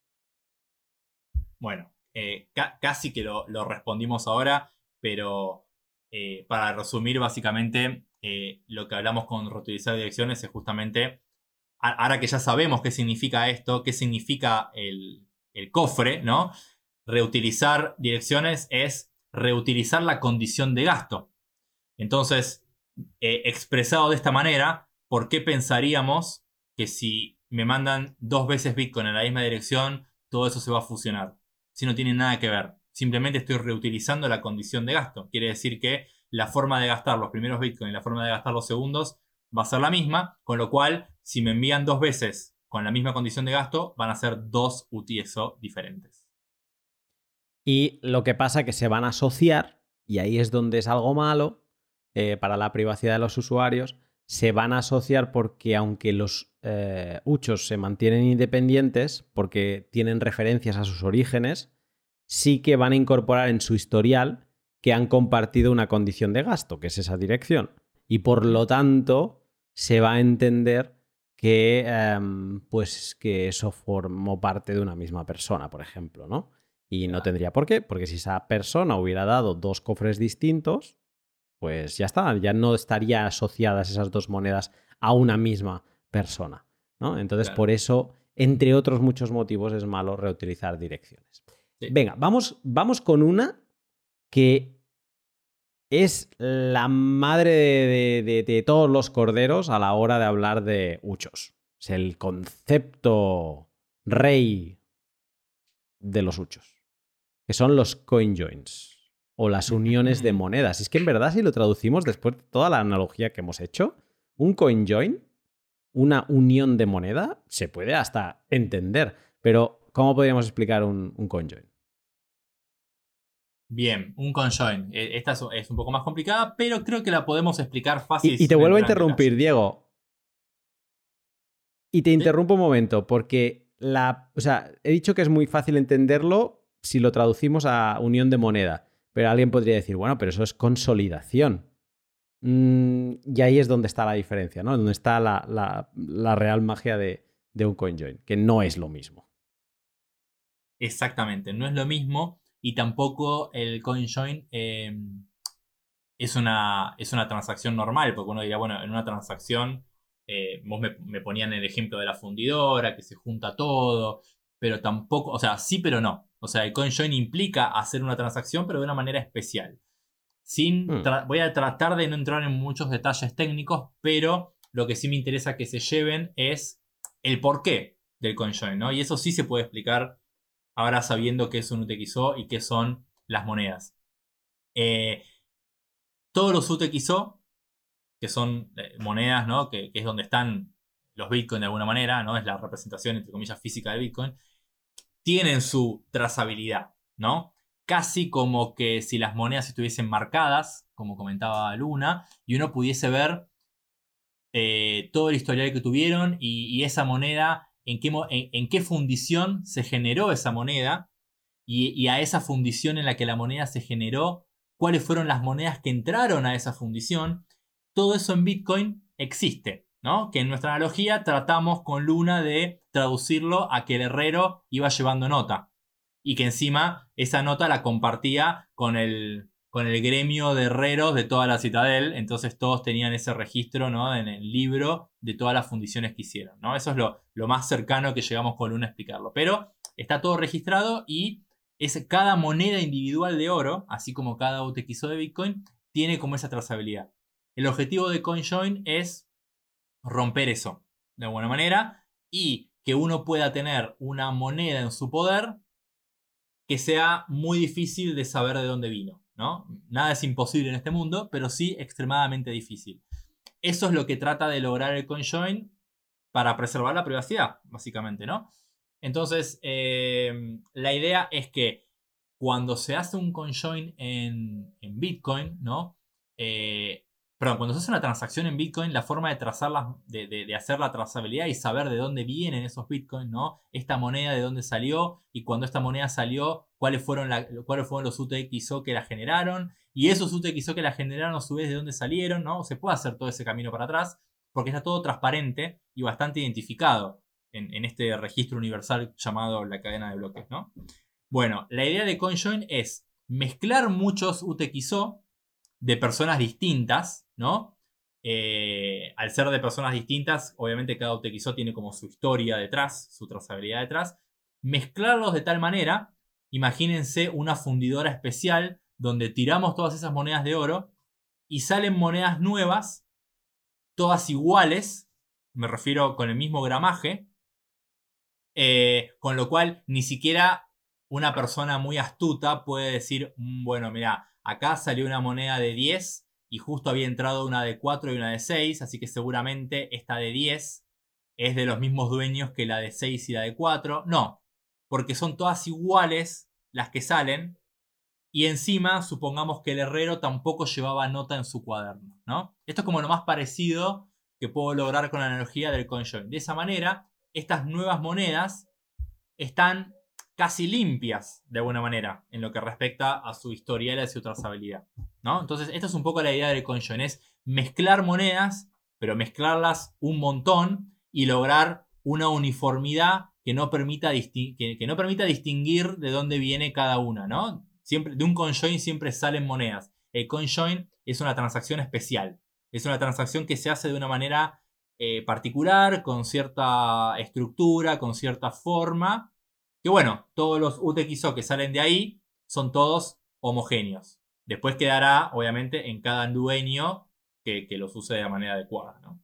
[SPEAKER 2] Bueno, casi que lo respondimos ahora, pero para resumir, básicamente, lo que hablamos con reutilizar direcciones es justamente, ahora que ya sabemos qué significa esto, qué significa el cofre, ¿no? Reutilizar direcciones es reutilizar la condición de gasto. Entonces, expresado de esta manera, ¿por qué pensaríamos que si me mandan 2 veces Bitcoin en la misma dirección, todo eso se va a fusionar? Si no tiene nada que ver. Simplemente estoy reutilizando la condición de gasto. Quiere decir que la forma de gastar los primeros Bitcoin y la forma de gastar los segundos va a ser la misma, con lo cual, si me envían 2 veces con la misma condición de gasto, van a ser 2 UTXO diferentes.
[SPEAKER 1] Y lo que pasa es que se van a asociar, y ahí es donde es algo malo para la privacidad de los usuarios, se van a asociar porque aunque los uchos se mantienen independientes, porque tienen referencias a sus orígenes, sí que van a incorporar en su historial que han compartido una condición de gasto, que es esa dirección. Y por lo tanto, se va a entender que, pues, que eso formó parte de una misma persona, por ejemplo, ¿no? Y no tendría por qué, porque si esa persona hubiera dado 2 cofres distintos, pues ya está, ya no estarían asociadas esas 2 monedas a una misma persona, ¿no? Entonces, por eso, entre otros muchos motivos, es malo reutilizar direcciones. Sí. Venga, vamos con una que es la madre de todos los corderos a la hora de hablar de uchos. Es el concepto rey de los uchos, que son los coin joins o las uniones de monedas. Es que en verdad, si lo traducimos después de toda la analogía que hemos hecho, un coin join, una unión de moneda, se puede hasta entender. Pero, ¿cómo podríamos explicar un coin join?
[SPEAKER 2] Bien, un conjoin. Esta es un poco más complicada, pero creo que la podemos explicar fácil.
[SPEAKER 1] Y te vuelvo a interrumpir, Diego. Y te interrumpo un momento, porque he dicho que es muy fácil entenderlo si lo traducimos a unión de moneda. Pero alguien podría decir, bueno, pero eso es consolidación. Y ahí es donde está la diferencia, ¿no? Donde está la real magia de un CoinJoin, que no es lo mismo.
[SPEAKER 2] Exactamente, no es lo mismo. Y tampoco el CoinJoin es una transacción normal, porque uno diría, bueno, en una transacción, vos me ponían el ejemplo de la fundidora, que se junta todo, pero tampoco, o sea, sí, pero no. O sea, el CoinJoin implica hacer una transacción, pero de una manera especial. Voy a tratar de no entrar en muchos detalles técnicos, pero lo que sí me interesa que se lleven es el porqué del CoinJoin, ¿no? Y eso sí se puede explicar ahora sabiendo qué es un UTXO y qué son las monedas. Todos los UTXO, que son monedas, ¿no? Que es donde están los Bitcoin de alguna manera, ¿no? Es la representación, entre comillas, física de Bitcoin, tienen su trazabilidad, ¿no? Casi como que si las monedas estuviesen marcadas, como comentaba Luna, y uno pudiese ver todo el historial que tuvieron y esa moneda, en qué fundición se generó esa moneda y a esa fundición en la que la moneda se generó, cuáles fueron las monedas que entraron a esa fundición. Todo eso en Bitcoin existe, ¿no? Que en nuestra analogía tratamos con Luna de traducirlo a que el herrero iba llevando nota y que encima esa nota la compartía con el gremio de herreros de toda la Citadel, entonces todos tenían ese registro, ¿no? En el libro de todas las fundiciones que hicieron, ¿no? Eso es lo más cercano que llegamos con Luna a explicarlo, pero está todo registrado y cada moneda individual de oro, así como cada UTXO de Bitcoin, tiene como esa trazabilidad. El objetivo de CoinJoin es romper eso de alguna manera y que uno pueda tener una moneda en su poder que sea muy difícil de saber de dónde vino, ¿no? Nada es imposible en este mundo, pero sí extremadamente difícil. Eso es lo que trata de lograr el CoinJoin para preservar la privacidad, básicamente, ¿no? Entonces, la idea es que cuando se hace un conjoin en Bitcoin, ¿no? Perdón, cuando se hace una transacción en Bitcoin, la forma de trazarla, de hacer la trazabilidad y saber de dónde vienen esos Bitcoins, ¿no? Esta moneda de dónde salió y cuando esta moneda salió, cuáles fueron los UTXO que la generaron y esos UTXO que la generaron a su vez de dónde salieron, ¿no? Se puede hacer todo ese camino para atrás porque está todo transparente y bastante identificado en este registro universal llamado la cadena de bloques, ¿no? Bueno, la idea de CoinJoin es mezclar muchos UTXO de personas distintas, ¿no? Al ser de personas distintas, obviamente cada UTXO tiene como su historia detrás, su trazabilidad detrás. Mezclarlos de tal manera, imagínense una fundidora especial donde tiramos todas esas monedas de oro y salen monedas nuevas, todas iguales, me refiero con el mismo gramaje, con lo cual ni siquiera una persona muy astuta puede decir, bueno, mira, acá salió una moneda de 10 y justo había entrado una de 4 y una de 6, así que seguramente esta de 10 es de los mismos dueños que la de 6 y la de 4. No, porque son todas iguales las que salen y encima supongamos que el herrero tampoco llevaba nota en su cuaderno, ¿no? Esto es como lo más parecido que puedo lograr con la analogía del CoinJoin. De esa manera, estas nuevas monedas están casi limpias de alguna manera en lo que respecta a su historial y a su trazabilidad, ¿no? Entonces, esta es un poco la idea del CoinJoin, es mezclar monedas, pero mezclarlas un montón y lograr una uniformidad que no permita, que no permita distinguir de dónde viene cada una, ¿no? Siempre, de un CoinJoin siempre salen monedas. El CoinJoin es una transacción especial. Es una transacción que se hace de una manera particular, con cierta estructura, con cierta forma. Que bueno, todos los UTXO que salen de ahí son todos homogéneos. Después quedará, obviamente, en cada dueño que los use de la manera adecuada, ¿no?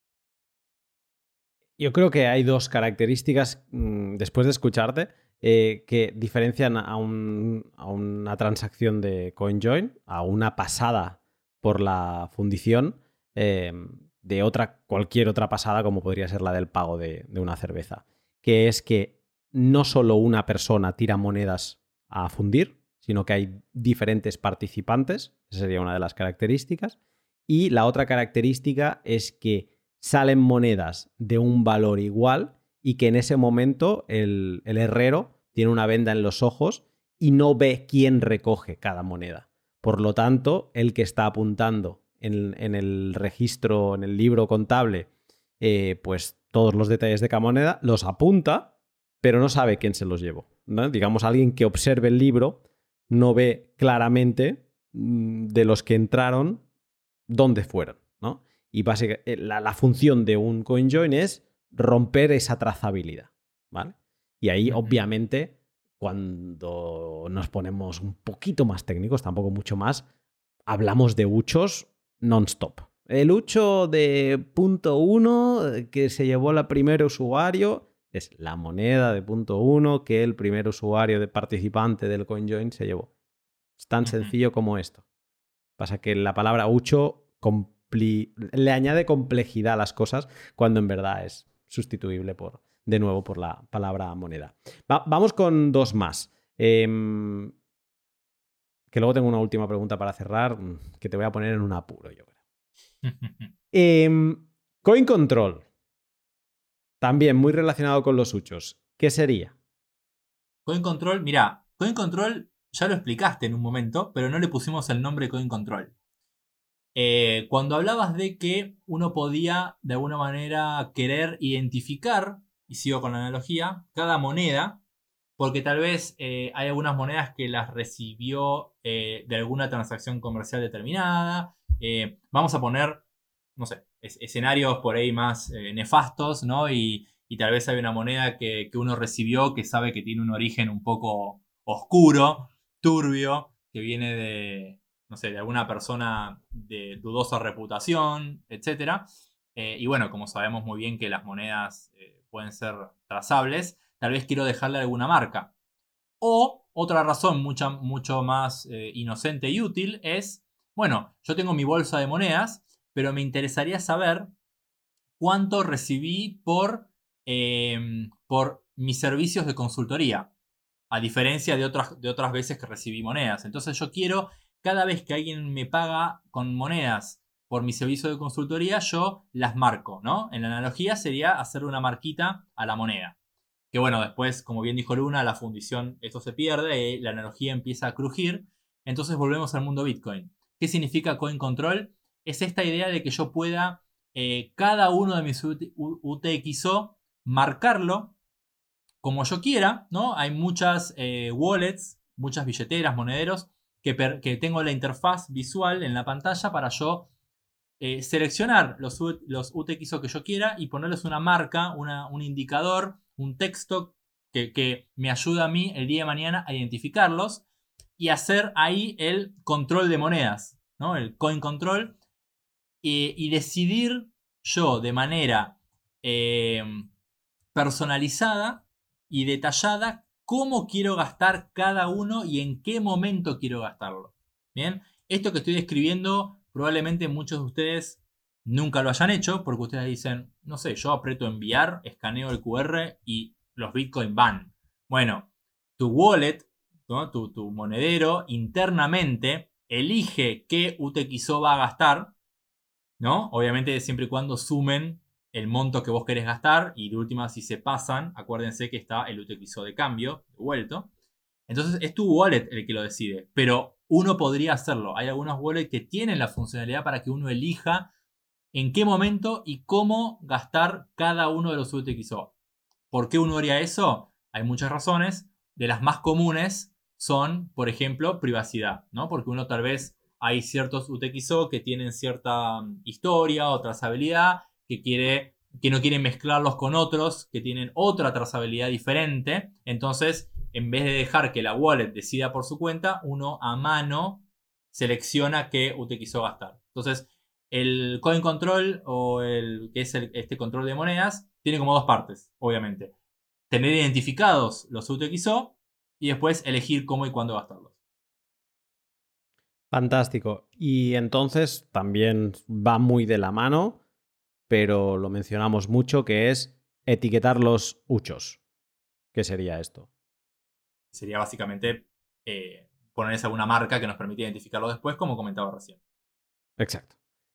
[SPEAKER 1] Yo creo que hay dos características, después de escucharte, que diferencian a una transacción de CoinJoin, a una pasada por la fundición, de cualquier otra pasada, como podría ser la del pago de una cerveza. Que es que no solo una persona tira monedas a fundir, sino que hay diferentes participantes. Esa sería una de las características. Y la otra característica es que salen monedas de un valor igual y que en ese momento el herrero tiene una venda en los ojos y no ve quién recoge cada moneda. Por lo tanto, el que está apuntando en el registro, en el libro contable, pues todos los detalles de cada moneda, los apunta, pero no sabe quién se los llevó, ¿no? Digamos, alguien que observe el libro no ve claramente de los que entraron dónde fueron, ¿no? Y básicamente la función de un CoinJoin es romper esa trazabilidad, ¿vale? Y ahí, obviamente, cuando nos ponemos un poquito más técnicos, tampoco mucho más, hablamos de huchos non-stop. El hucho de punto 1 que se llevó el primer usuario es la moneda de punto 1 que el primer usuario de participante del CoinJoin se llevó. Es tan sencillo como esto. Pasa que la palabra hucho le añade complejidad a las cosas cuando en verdad es sustituible de nuevo por la palabra moneda. Vamos con dos más. Que luego tengo una última pregunta para cerrar que te voy a poner en un apuro, yo creo. Coin Control. También muy relacionado con los huchos. ¿Qué sería?
[SPEAKER 2] Coin Control, mira, Coin Control ya lo explicaste en un momento, pero no le pusimos el nombre Coin Control. Cuando hablabas de que uno podía de alguna manera querer identificar, y sigo con la analogía, cada moneda, porque tal vez hay algunas monedas que las recibió de alguna transacción comercial determinada. Vamos a poner, no sé, escenarios por ahí más nefastos, ¿no? Y tal vez hay una moneda que uno recibió que sabe que tiene un origen un poco oscuro, turbio, que viene de, no sé, de alguna persona de dudosa reputación, etc. Y bueno, como sabemos muy bien que las monedas pueden ser trazables, tal vez quiero dejarle alguna marca. O otra razón mucho más inocente y útil es, bueno, yo tengo mi bolsa de monedas, pero me interesaría saber cuánto recibí por mis servicios de consultoría, a diferencia de otras veces que recibí monedas. Entonces yo quiero, cada vez que alguien me paga con monedas por mi servicio de consultoría, yo las marco, ¿no? En la analogía sería hacerle una marquita a la moneda. Que bueno, después, como bien dijo Luna, la fundición, esto se pierde, la analogía empieza a crujir. Entonces volvemos al mundo Bitcoin. ¿Qué significa coin control? Es esta idea de que yo pueda cada uno de mis UTXO marcarlo como yo quiera, ¿no? Hay muchas wallets, muchas billeteras, monederos, que tengo la interfaz visual en la pantalla para yo seleccionar los UTXO que yo quiera y ponerles una marca, un indicador, un texto que me ayuda a mí el día de mañana a identificarlos y hacer ahí el control de monedas, ¿no? El coin control, y decidir yo de manera personalizada y detallada cómo quiero gastar cada uno y en qué momento quiero gastarlo. Bien, esto que estoy describiendo probablemente muchos de ustedes nunca lo hayan hecho porque ustedes dicen, no sé, yo aprieto enviar, escaneo el QR y los Bitcoin van. Bueno, tu wallet, ¿no? tu monedero internamente elige qué UTXO va a gastar, ¿no? Obviamente siempre y cuando sumen el monto que vos querés gastar y de última si se pasan, acuérdense que está el UTXO de cambio devuelto. Entonces es tu wallet el que lo decide, pero uno podría hacerlo. Hay algunos wallets que tienen la funcionalidad para que uno elija en qué momento y cómo gastar cada uno de los UTXO. ¿Por qué uno haría eso? Hay muchas razones. De las más comunes son, por ejemplo, privacidad, ¿no? Porque uno tal vez hay ciertos UTXO que tienen cierta historia o trazabilidad que no quiere mezclarlos con otros que tienen otra trazabilidad diferente. Entonces, en vez de dejar que la wallet decida por su cuenta, uno a mano selecciona qué UTXO gastar. Entonces, el coin control o que es este control de monedas tiene como dos partes, obviamente. Tener identificados los UTXO y después elegir cómo y cuándo gastarlos.
[SPEAKER 1] Fantástico. Y entonces también va muy de la mano, pero lo mencionamos mucho, que es etiquetar los uchos. ¿Qué sería esto?
[SPEAKER 2] Sería básicamente ponerles alguna marca que nos permita identificarlo después, como comentaba recién.
[SPEAKER 1] Exacto.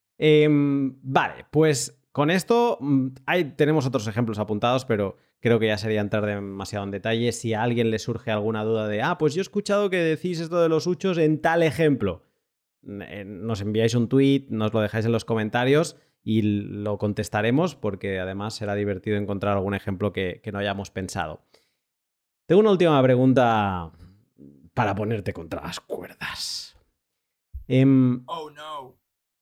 [SPEAKER 1] Vale, pues con esto tenemos otros ejemplos apuntados, pero creo que ya sería entrar demasiado en detalle. Si a alguien le surge alguna duda de, pues yo he escuchado que decís esto de los uchos en tal ejemplo, nos enviáis un tweet, nos lo dejáis en los comentarios y lo contestaremos porque además será divertido encontrar algún ejemplo que no hayamos pensado. Tengo una última pregunta para ponerte contra las cuerdas.
[SPEAKER 2] Oh no.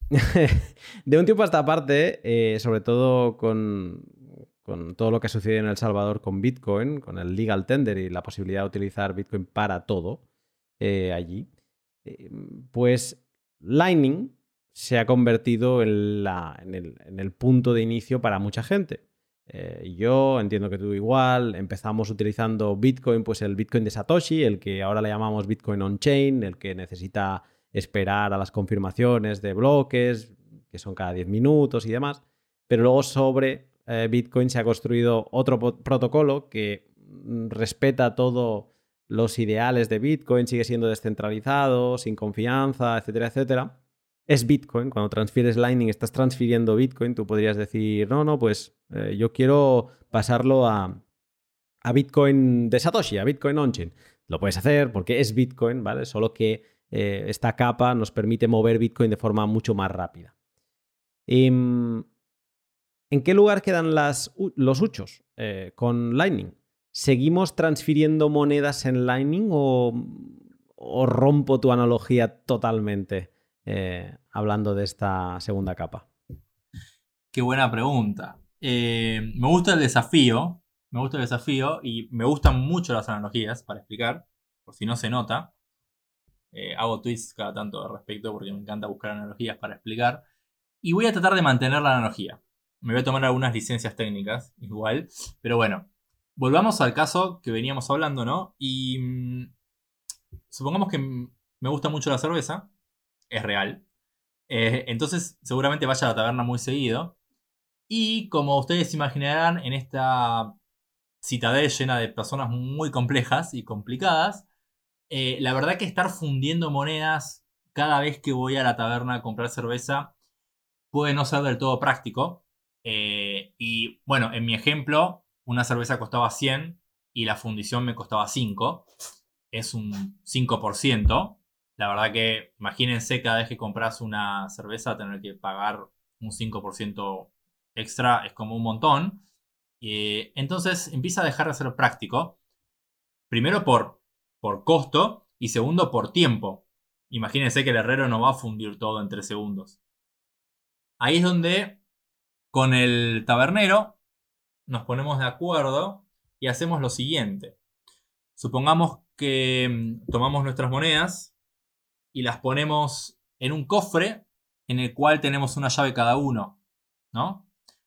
[SPEAKER 1] De un tiempo a esta parte, sobre todo con todo lo que ha sucedido en El Salvador con Bitcoin, con el legal tender y la posibilidad de utilizar Bitcoin para todo allí, pues Lightning se ha convertido en el punto de inicio para mucha gente. Yo entiendo que tú igual. Empezamos utilizando Bitcoin, pues el Bitcoin de Satoshi, el que ahora le llamamos Bitcoin on-chain, el que necesita esperar a las confirmaciones de bloques, que son cada 10 minutos y demás. Pero luego sobre Bitcoin se ha construido otro protocolo que respeta todos los ideales de Bitcoin, sigue siendo descentralizado, sin confianza, etcétera, etcétera. Es Bitcoin. Cuando transfieres Lightning estás transfiriendo Bitcoin. Tú podrías decir, no, pues yo quiero pasarlo a Bitcoin de Satoshi, a Bitcoin on-chain. Lo puedes hacer porque es Bitcoin, ¿vale? Solo que esta capa nos permite mover Bitcoin de forma mucho más rápida. ¿En qué lugar quedan los uchos con Lightning? ¿Seguimos transfiriendo monedas en Lightning o rompo tu analogía totalmente hablando de esta segunda capa?
[SPEAKER 2] Qué buena pregunta. Me gusta el desafío. Me gusta el desafío y me gustan mucho las analogías para explicar, por si no se nota. Hago tweets cada tanto al respecto porque me encanta buscar analogías para explicar. Y voy a tratar de mantener la analogía. Me voy a tomar algunas licencias técnicas, igual. Pero bueno, volvamos al caso que veníamos hablando, ¿no? Y supongamos que me gusta mucho la cerveza. Es real. Entonces seguramente vaya a la taberna muy seguido. Y como ustedes imaginarán, en esta citadel llena de personas muy complejas y complicadas, la verdad que estar fundiendo monedas cada vez que voy a la taberna a comprar cerveza puede no ser del todo práctico. Y bueno, en mi ejemplo, una cerveza costaba 100 y la fundición me costaba 5. Es un 5%. La verdad que imagínense cada vez que compras una cerveza tener que pagar un 5% extra es como un montón. Entonces empieza a dejar de ser práctico. Primero por costo y segundo por tiempo. Imagínense que el herrero no va a fundir todo en 3 segundos. Ahí es donde con el tabernero nos ponemos de acuerdo y hacemos lo siguiente. Supongamos que tomamos nuestras monedas y las ponemos en un cofre en el cual tenemos una llave cada uno, ¿no?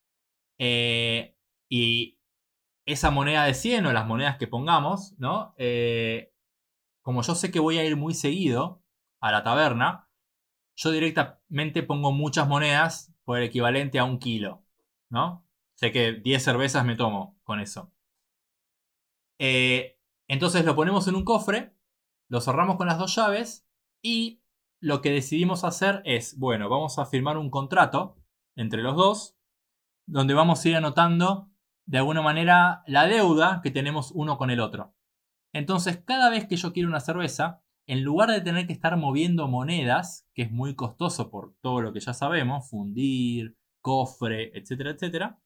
[SPEAKER 2] Y esa moneda de 100 o las monedas que pongamos, ¿no? Como yo sé que voy a ir muy seguido a la taberna, yo directamente pongo muchas monedas por el equivalente a 1 kilo, ¿no? Sé que 10 cervezas me tomo con eso. Entonces lo ponemos en un cofre, lo cerramos con las 2 llaves y lo que decidimos hacer es, bueno, vamos a firmar un contrato entre los dos, donde vamos a ir anotando de alguna manera la deuda que tenemos uno con el otro. Entonces, cada vez que yo quiero una cerveza, en lugar de tener que estar moviendo monedas, que es muy costoso por todo lo que ya sabemos, fundir, cofre, etcétera, etcétera,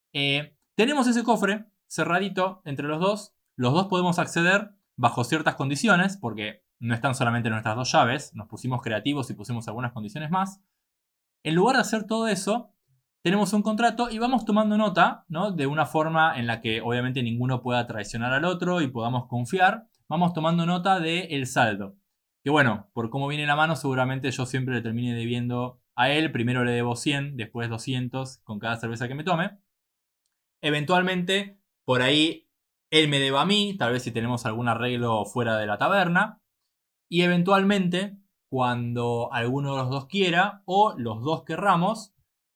[SPEAKER 2] tenemos ese cofre cerradito entre los dos. Los dos podemos acceder bajo ciertas condiciones, porque no están solamente nuestras 2 llaves, nos pusimos creativos y pusimos algunas condiciones más. En lugar de hacer todo eso, tenemos un contrato y vamos tomando nota, ¿no? De una forma en la que obviamente ninguno pueda traicionar al otro y podamos confiar. Vamos tomando nota del saldo. Que bueno, por cómo viene la mano, seguramente yo siempre le termine debiendo a él. Primero le debo 100, después 200 con cada cerveza que me tome. Eventualmente, por ahí, él me deba a mí, tal vez si tenemos algún arreglo fuera de la taberna. Y eventualmente, cuando alguno de los dos quiera o los dos querramos,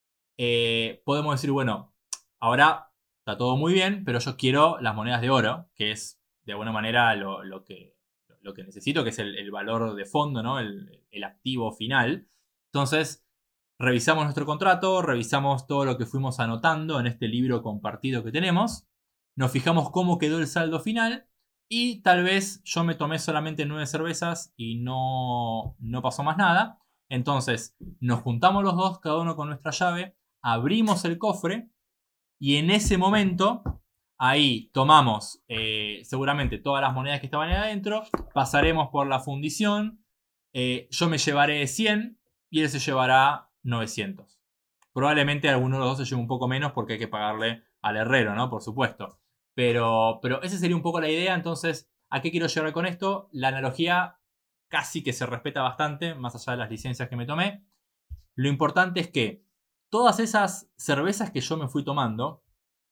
[SPEAKER 2] podemos decir, bueno, ahora está todo muy bien, pero yo quiero las monedas de oro, que es de alguna manera lo que necesito, que es el valor de fondo, ¿no? El activo final. Entonces, revisamos nuestro contrato, revisamos todo lo que fuimos anotando en este libro compartido que tenemos, nos fijamos cómo quedó el saldo final y tal vez yo me tomé solamente 9 cervezas y no pasó más nada. Entonces, nos juntamos los dos, cada uno con nuestra llave, abrimos el cofre y en ese momento ahí tomamos seguramente todas las monedas que estaban ahí adentro, pasaremos por la fundición, yo me llevaré 100 y él se llevará 900. Probablemente alguno de los dos se lleve un poco menos porque hay que pagarle al herrero, ¿no? Por supuesto. Pero esa sería un poco la idea. Entonces, ¿a qué quiero llegar con esto? La analogía casi que se respeta bastante, más allá de las licencias que me tomé. Lo importante es que todas esas cervezas que yo me fui tomando,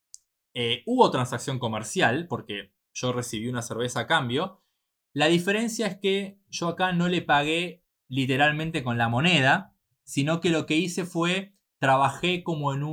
[SPEAKER 2] hubo transacción comercial, porque yo recibí una cerveza a cambio. La diferencia es que yo acá no le pagué literalmente con la moneda, sino que lo que hice fue, trabajé como en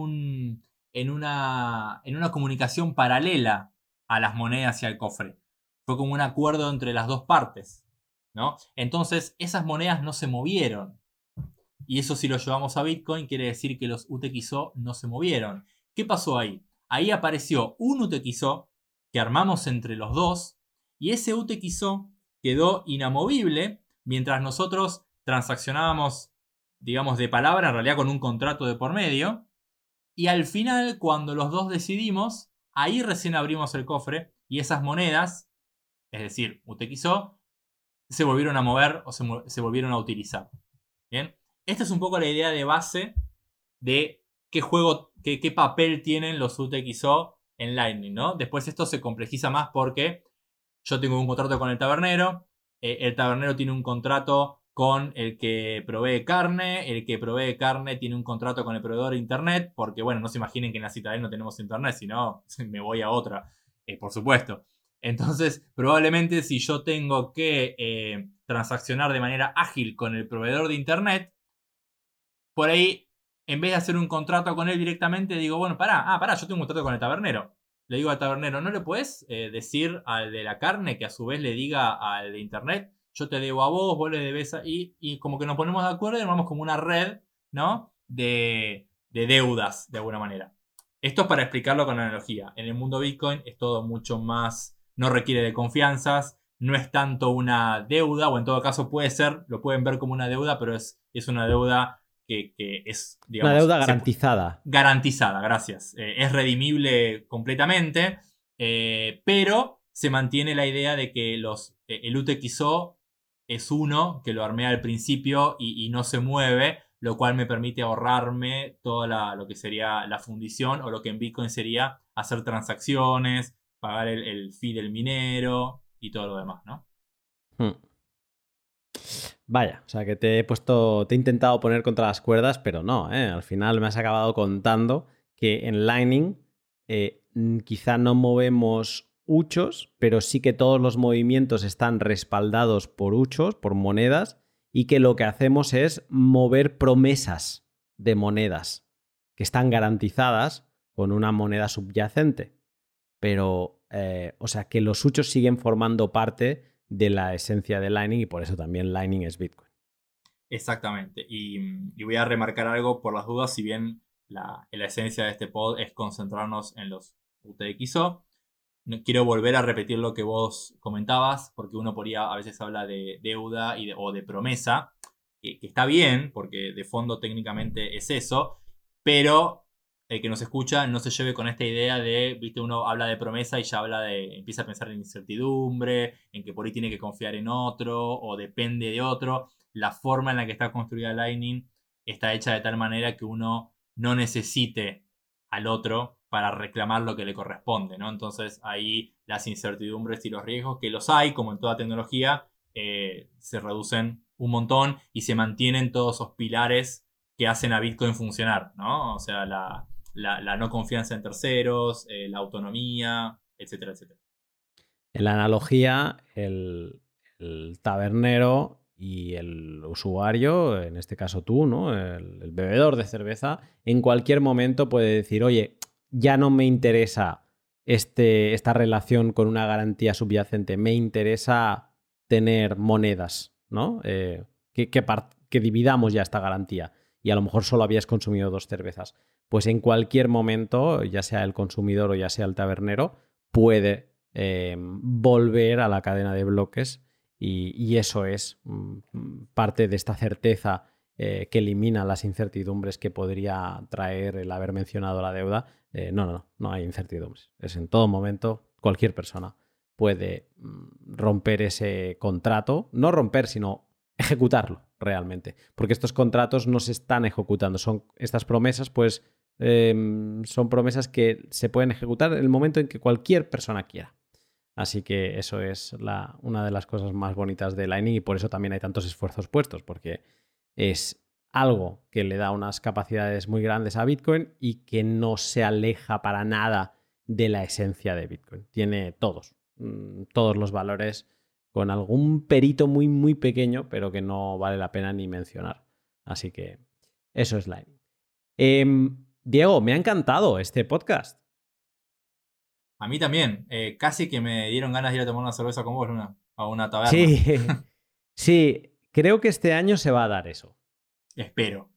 [SPEAKER 2] una comunicación paralela a las monedas y al cofre. Fue como un acuerdo entre las dos partes, ¿no? Entonces, esas monedas no se movieron. Y eso, si lo llevamos a Bitcoin, quiere decir que los UTXO no se movieron. ¿Qué pasó ahí? Ahí apareció un UTXO que armamos entre los dos y ese UTXO quedó inamovible mientras nosotros transaccionábamos, digamos, de palabra, en realidad con un contrato de por medio. Y al final, cuando los dos decidimos, ahí recién abrimos el cofre y esas monedas, es decir, UTXO, se volvieron a mover o se volvieron a utilizar. Bien, esta es un poco la idea de base de qué papel tienen los UTXO en Lightning, ¿no? Después esto se complejiza más porque yo tengo un contrato con el tabernero tiene un contrato con el que provee carne tiene un contrato con el proveedor de internet, porque bueno, no se imaginen que en la Citadel no tenemos internet, sino me voy a otra, por supuesto. Entonces, probablemente si yo tengo que transaccionar de manera ágil con el proveedor de internet, por ahí, en vez de hacer un contrato con él directamente, digo, bueno, pará, yo tengo un contrato con el tabernero. le digo al tabernero, ¿no le puedes decir al de la carne que a su vez le diga al de internet, yo te debo a vos le debes a... Y como que nos ponemos de acuerdo y armamos como una red, ¿no? De deudas, de alguna manera. Esto es para explicarlo con analogía. En el mundo Bitcoin es todo mucho más, no requiere de confianzas, no es tanto una deuda, o en todo caso puede ser, lo pueden ver como una deuda, pero es una deuda que es, digamos...
[SPEAKER 1] Una deuda garantizada.
[SPEAKER 2] Garantizada, gracias. Es redimible completamente, pero se mantiene la idea de que el UTXO es uno, que lo armé al principio y no se mueve, lo cual me permite ahorrarme toda lo que sería la fundición o lo que en Bitcoin sería hacer transacciones, pagar el fee del minero y todo lo demás, ¿no?
[SPEAKER 1] Vaya, o sea que te he intentado poner contra las cuerdas, pero no, al final me has acabado contando que en Lightning quizá no movemos huchos, pero sí que todos los movimientos están respaldados por huchos, por monedas, y que lo que hacemos es mover promesas de monedas que están garantizadas con una moneda subyacente. Pero, o sea, que los huchos siguen formando parte de la esencia de Lightning y por eso también Lightning es Bitcoin.
[SPEAKER 2] Exactamente. Y voy a remarcar algo por las dudas, si bien la esencia de este pod es concentrarnos en los UTXO. No quiero volver a repetir lo que vos comentabas, porque uno por ahí a veces habla de deuda o de promesa, que está bien, porque de fondo técnicamente es eso, pero el que nos escucha no se lleve con esta idea de, viste, uno habla de promesa y ya empieza a pensar en incertidumbre, en que por ahí tiene que confiar en otro o depende de otro. La forma en la que está construida Lightning está hecha de tal manera que uno no necesite al otro para reclamar lo que le corresponde, ¿no? Entonces ahí las incertidumbres y los riesgos, que los hay, como en toda tecnología, se reducen un montón y se mantienen todos esos pilares que hacen a Bitcoin funcionar, ¿no? O sea, la no confianza en terceros, la autonomía, etcétera, etcétera.
[SPEAKER 1] En la analogía, el tabernero y el usuario, en este caso tú, ¿no? El bebedor de cerveza, en cualquier momento puede decir, oye, ya no me interesa esta relación con una garantía subyacente, me interesa tener monedas, ¿no? Que dividamos ya esta garantía. Y a lo mejor solo habías consumido 2 cervezas. Pues en cualquier momento, ya sea el consumidor o ya sea el tabernero, puede volver a la cadena de bloques y eso es parte de esta certeza que elimina las incertidumbres que podría traer el haber mencionado la deuda. No hay incertidumbres. Es en todo momento, cualquier persona puede romper ese contrato, no romper, sino ejecutarlo realmente, porque estos contratos no se están ejecutando, estas promesas pues son promesas que se pueden ejecutar en el momento en que cualquier persona quiera. Así que eso es una de las cosas más bonitas de Lightning y por eso también hay tantos esfuerzos puestos, porque es algo que le da unas capacidades muy grandes a Bitcoin y que no se aleja para nada de la esencia de Bitcoin. Tiene todos los valores con algún perito muy, muy pequeño, pero que no vale la pena ni mencionar. Así que eso es Lightning. Diego, me ha encantado este podcast.
[SPEAKER 2] A mí también. Casi que me dieron ganas de ir a tomar una cerveza con vos, a una taberna.
[SPEAKER 1] Sí, creo que este año se va a dar eso.
[SPEAKER 2] Espero.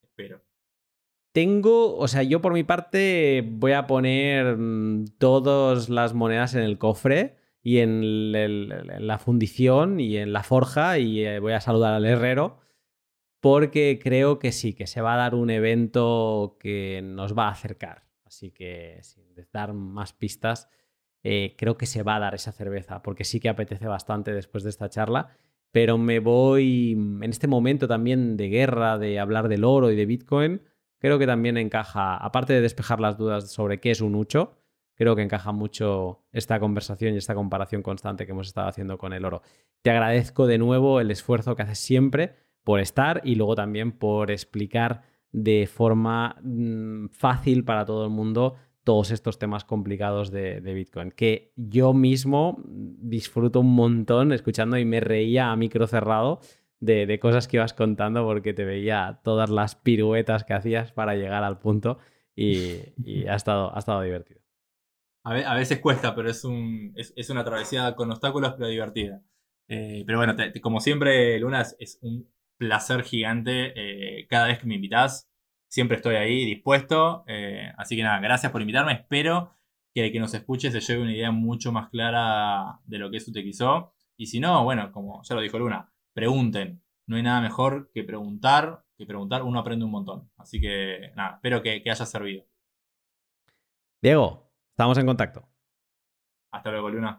[SPEAKER 1] Yo por mi parte voy a poner todas las monedas en el cofre y en la fundición y en la forja y voy a saludar al herrero porque creo que sí, que se va a dar un evento que nos va a acercar. Así que sin dar más pistas, creo que se va a dar esa cerveza porque sí que apetece bastante después de esta charla. Pero me voy en este momento también de guerra, de hablar del oro y de Bitcoin. Creo que también encaja, aparte de despejar las dudas sobre qué es un hucho, creo que encaja mucho esta conversación y esta comparación constante que hemos estado haciendo con el oro. Te agradezco de nuevo el esfuerzo que haces siempre por estar y luego también por explicar de forma fácil para todo el mundo todos estos temas complicados de Bitcoin, que yo mismo disfruto un montón escuchando y me reía a micro cerrado de cosas que ibas contando porque te veía todas las piruetas que hacías para llegar al punto y ha estado divertido.
[SPEAKER 2] A veces cuesta, pero es una travesía con obstáculos, pero divertida. Pero bueno, como siempre, Luna, es un placer gigante cada vez que me invitás. Siempre estoy ahí dispuesto. Así que nada, gracias por invitarme. Espero que el que nos escuche se lleve una idea mucho más clara de lo que es UTXO. Y si no, bueno, como ya lo dijo Luna, pregunten. No hay nada mejor que preguntar. Uno aprende un montón. Así que nada, espero que haya servido.
[SPEAKER 1] Diego, estamos en contacto.
[SPEAKER 2] Hasta luego, Luna.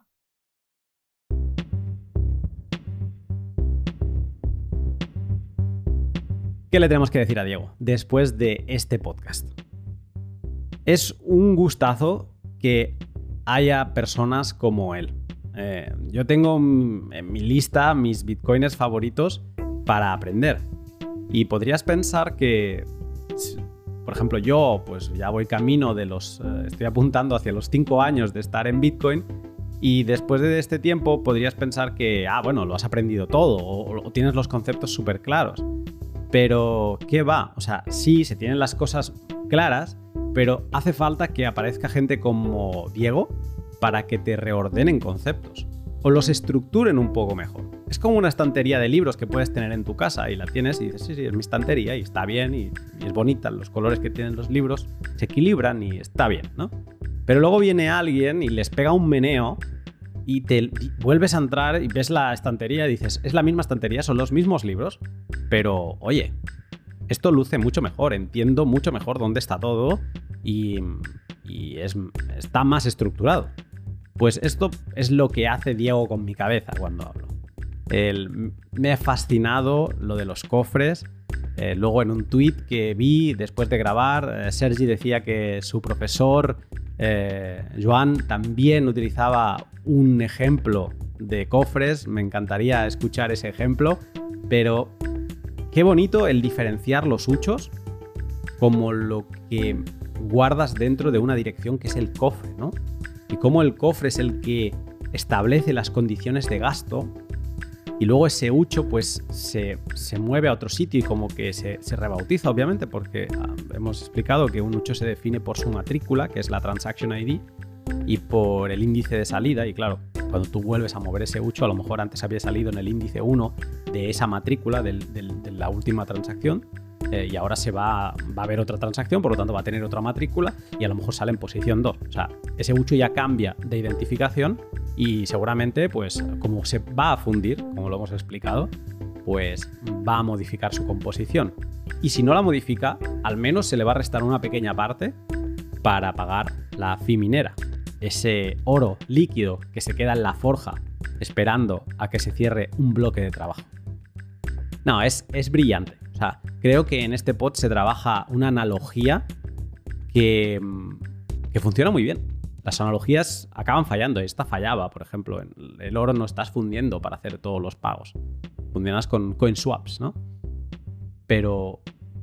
[SPEAKER 1] ¿Qué le tenemos que decir a Diego después de este podcast? Es un gustazo que haya personas como él. Yo tengo en mi lista mis bitcoiners favoritos para aprender. Y podrías pensar que, por ejemplo, yo pues ya voy camino de estoy apuntando hacia los 5 años de estar en Bitcoin. Y después de este tiempo podrías pensar que, bueno, lo has aprendido todo o tienes los conceptos súper claros. Pero, ¿qué va? O sea, sí, se tienen las cosas claras, pero hace falta que aparezca gente como Diego para que te reordenen conceptos o los estructuren un poco mejor. Es como una estantería de libros que puedes tener en tu casa y la tienes y dices, sí, es mi estantería y está bien y es bonita, los colores que tienen los libros se equilibran y está bien, ¿no? Pero luego viene alguien y les pega un meneo y te vuelves a entrar y ves la estantería y dices, es la misma estantería, son los mismos libros, pero oye, esto luce mucho mejor, entiendo mucho mejor dónde está todo y está más estructurado. Pues esto es lo que hace Diego con mi cabeza cuando hablo. Me ha fascinado lo de los cofres. Luego en un tuit que vi después de grabar, Sergi decía que su profesor Joan también utilizaba un ejemplo de cofres. Me encantaría escuchar ese ejemplo, pero qué bonito el diferenciar los huchos como lo que guardas dentro de una dirección que es el cofre, ¿no? Y cómo el cofre es el que establece las condiciones de gasto y luego ese hucho pues se mueve a otro sitio y como que se rebautiza, obviamente, porque hemos explicado que un hucho se define por su matrícula, que es la Transaction ID, y por el índice de salida. Y claro, cuando tú vuelves a mover ese hucho, a lo mejor antes había salido en el índice 1 de esa matrícula de la última transacción, y ahora va a haber otra transacción, por lo tanto va a tener otra matrícula y a lo mejor sale en posición 2. O sea, ese hucho ya cambia de identificación y seguramente, pues como se va a fundir, como lo hemos explicado, pues va a modificar su composición. Y si no la modifica, al menos se le va a restar una pequeña parte para pagar la fee minera. Ese oro líquido que se queda en la forja esperando a que se cierre un bloque de trabajo. No, es brillante. O sea, creo que en este pod se trabaja una analogía que funciona muy bien. Las analogías acaban fallando. Esta fallaba, por ejemplo. El oro no estás fundiendo para hacer todos los pagos. Funcionas con coin swaps, ¿no? Pero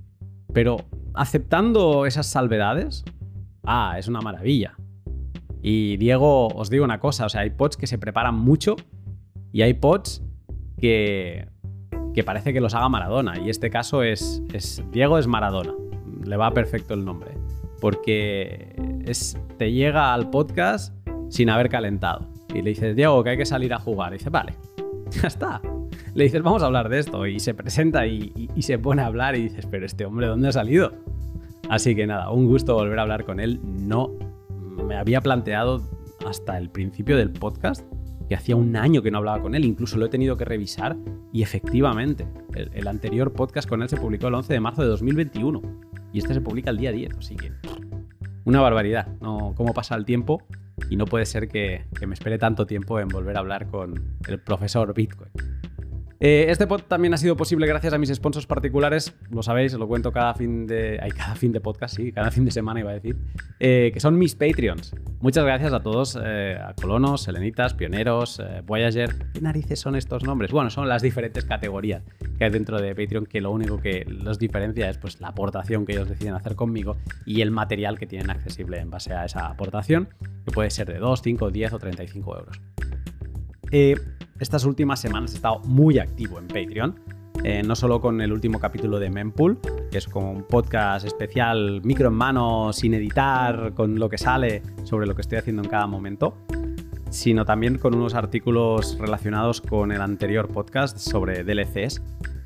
[SPEAKER 1] aceptando esas salvedades, es una maravilla. Y Diego, os digo una cosa, o sea, hay pods que se preparan mucho y hay pods que parece que los haga Maradona. Y este caso Diego es Maradona. Le va perfecto el nombre. Porque te llega al podcast sin haber calentado. Y le dices, Diego, que hay que salir a jugar. Y dice, vale, ya está. Le dices, vamos a hablar de esto. Y se presenta y se pone a hablar y dices, pero este hombre, ¿dónde ha salido? Así que nada, un gusto volver a hablar con él. No me había planteado hasta el principio del podcast que hacía un año que no hablaba con él, incluso lo he tenido que revisar y efectivamente, el anterior podcast con él se publicó el 11 de marzo de 2021 y este se publica el día 10, así que una barbaridad, ¿no? Cómo pasa el tiempo y no puede ser que me espere tanto tiempo en volver a hablar con el profesor Bitcoin. Este pod también ha sido posible gracias a mis sponsors particulares, lo sabéis, os lo cuento cada fin de podcast, sí, cada fin de semana iba a decir, que son mis Patreons. Muchas gracias a todos, a Colonos, Selenitas, Pioneros, Voyager. ¿Qué narices son estos nombres? Bueno, son las diferentes categorías que hay dentro de Patreon, que lo único que los diferencia es pues la aportación que ellos deciden hacer conmigo y el material que tienen accesible en base a esa aportación, que puede ser de 2, 5, 10 o 35 euros. Estas últimas semanas he estado muy activo en Patreon no solo con el último capítulo de Mempool, que es como un podcast especial, micro en mano, sin editar, con lo que sale sobre lo que estoy haciendo en cada momento, sino también con unos artículos relacionados con el anterior podcast sobre DLCs,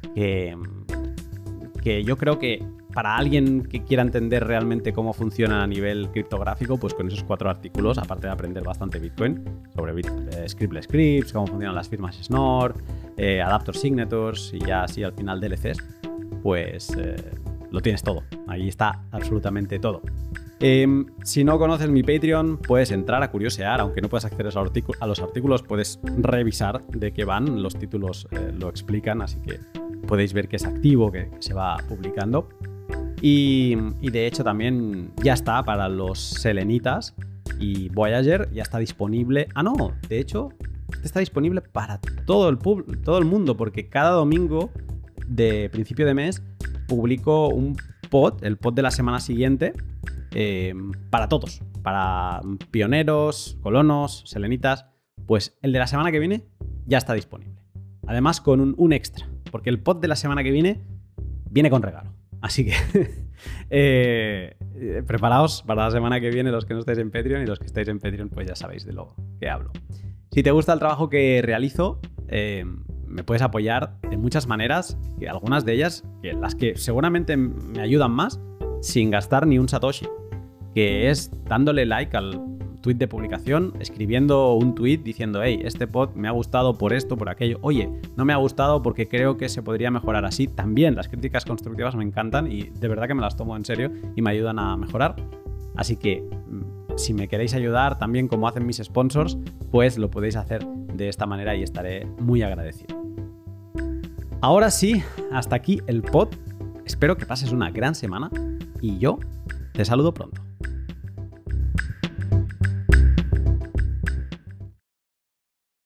[SPEAKER 1] que yo creo que para alguien que quiera entender realmente cómo funciona a nivel criptográfico, pues con esos 4 artículos, aparte de aprender bastante Bitcoin, sobre scriptless scripts, cómo funcionan las firmas Schnorr, adapter signatures y ya así al final DLCs, pues lo tienes todo. Ahí está absolutamente todo. Si no conoces mi Patreon, puedes entrar a curiosear, aunque no puedas acceder a los artículos, puedes revisar de qué van, los títulos lo explican, así que podéis ver que es activo, que se va publicando. Y de hecho también ya está para los selenitas y Voyager, ya está disponible. Ah, no, de hecho está disponible para todo el mundo, porque cada domingo de principio de mes publico un pod, el pod de la semana siguiente, para todos, para pioneros, colonos, selenitas. Pues el de la semana que viene ya está disponible. Además con un extra, porque el pod de la semana que viene con regalo. Así que preparaos para la semana que viene los que no estáis en Patreon, y los que estáis en Patreon pues ya sabéis de lo que hablo. Si te gusta el trabajo que realizo, me puedes apoyar de muchas maneras, y algunas de ellas, las que seguramente me ayudan más, sin gastar ni un satoshi, que es dándole like al tweet de publicación, escribiendo un tweet diciendo: hey, este pod me ha gustado por esto, por aquello, oye, no me ha gustado porque creo que se podría mejorar así. También las críticas constructivas me encantan y de verdad que me las tomo en serio y me ayudan a mejorar. Así que si me queréis ayudar también como hacen mis sponsors, pues lo podéis hacer de esta manera y estaré muy agradecido. Ahora sí, hasta aquí el pod. Espero que pases una gran semana y yo te saludo pronto.